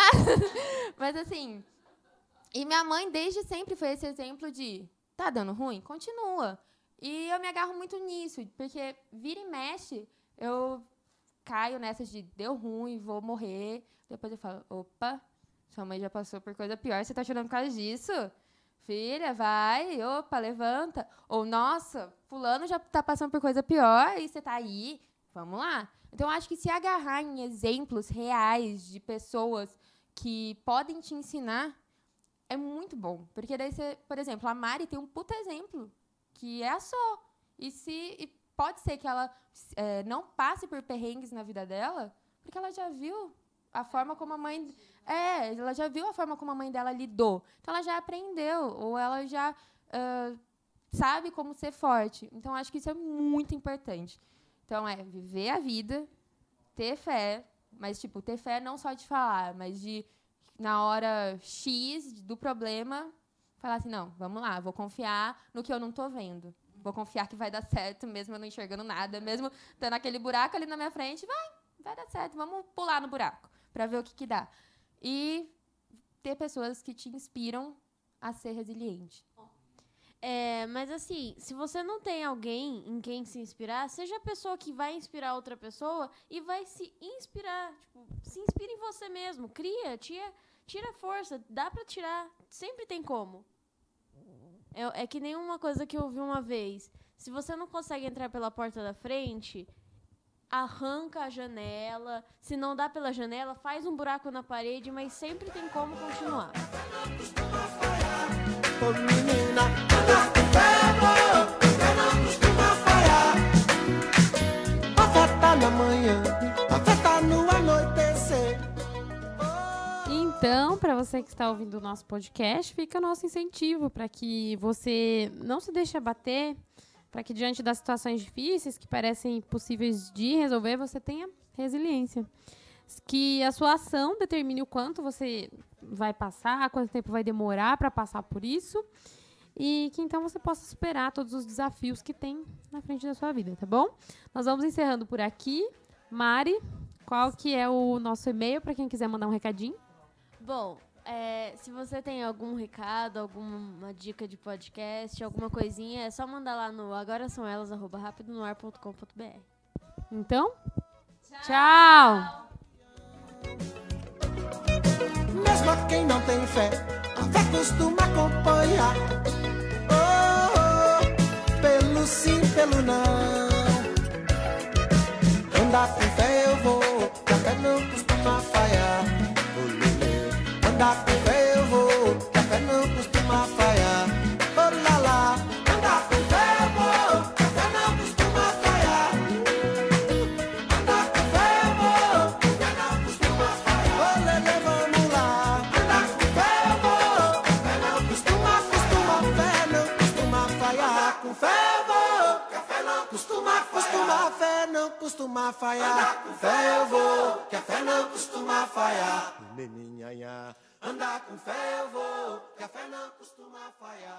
[SPEAKER 5] Mas assim... E minha mãe, desde sempre, foi esse exemplo de... Tá dando ruim? Continua. E eu me agarro muito nisso, porque vira e mexe, eu caio nessa de deu ruim, vou morrer. Depois eu falo, opa, sua mãe já passou por coisa pior, você tá chorando por causa disso? Filha, vai, opa, levanta. Ou, nossa, fulano já tá passando por coisa pior e você tá aí. Vamos lá. Então, acho que se agarrar em exemplos reais de pessoas que podem te ensinar é muito bom. Porque daí você, por exemplo, a Mari tem um puta exemplo, que é a Só. E pode ser que ela não passe por perrengues na vida dela, porque ela já viu a forma como a mãe... ela já viu a forma como a mãe dela lidou. Então, ela já aprendeu, ou ela já sabe como ser forte. Então, acho que isso é muito importante. Então, viver a vida, ter fé, mas, ter fé não só de falar, mas de, na hora X do problema, falar assim, não, vamos lá, vou confiar no que eu não estou vendo. Vou confiar que vai dar certo, mesmo eu não enxergando nada, mesmo tendo aquele buraco ali na minha frente, vai dar certo, vamos pular no buraco, para ver o que dá. E ter pessoas que te inspiram a ser resiliente.
[SPEAKER 6] Mas assim, se você não tem alguém em quem se inspirar, seja a pessoa que vai inspirar outra pessoa e vai se inspirar. Se inspira em você mesmo. Cria, tira força. Dá pra tirar. Sempre tem como. É que nem uma coisa que eu ouvi uma vez. Se você não consegue entrar pela porta da frente, arranca a janela. Se não dá pela janela, faz um buraco na parede, mas sempre tem como continuar.
[SPEAKER 3] Ô menina, anda com ferro, não costuma falhar. A fé tá na manhã, a fé tá no anoitecer.
[SPEAKER 2] Então, para você que está ouvindo o nosso podcast, fica o nosso incentivo para que você não se deixe abater, para que diante das situações difíceis que parecem impossíveis de resolver, você tenha resiliência. que a sua ação determine o quanto você vai passar, quanto tempo vai demorar para passar por isso, e que então você possa superar todos os desafios que tem na frente da sua vida, tá bom? Nós vamos encerrando por aqui. Mari, qual que é o nosso e-mail para quem quiser mandar um recadinho?
[SPEAKER 6] Bom, se você tem algum recado, alguma dica de podcast, alguma coisinha, é só mandar lá no agorasamelas@rapidonoar.com.br.
[SPEAKER 2] Então, tchau!
[SPEAKER 3] Mesmo quem não tem fé, a fé costuma acompanhar. Oh, oh, pelo sim, pelo não. Andar com fé eu vou, que a fé não costuma falhar. Andar com fé eu vou, que a fé não costuma falhar. Oh lá lá, andar com fé eu vou, que a fé não costuma falhar. Andar com fé eu vou, que a fé não costuma falhar. Oh lele, vamos lá. Andar com fé eu vou, que a fé não costuma falhar. Com fé eu vou, que a fé não costuma falhar. Com fé eu vou, que a fé não costuma falhar. Andar com fé eu vou, que a fé não costuma falhar.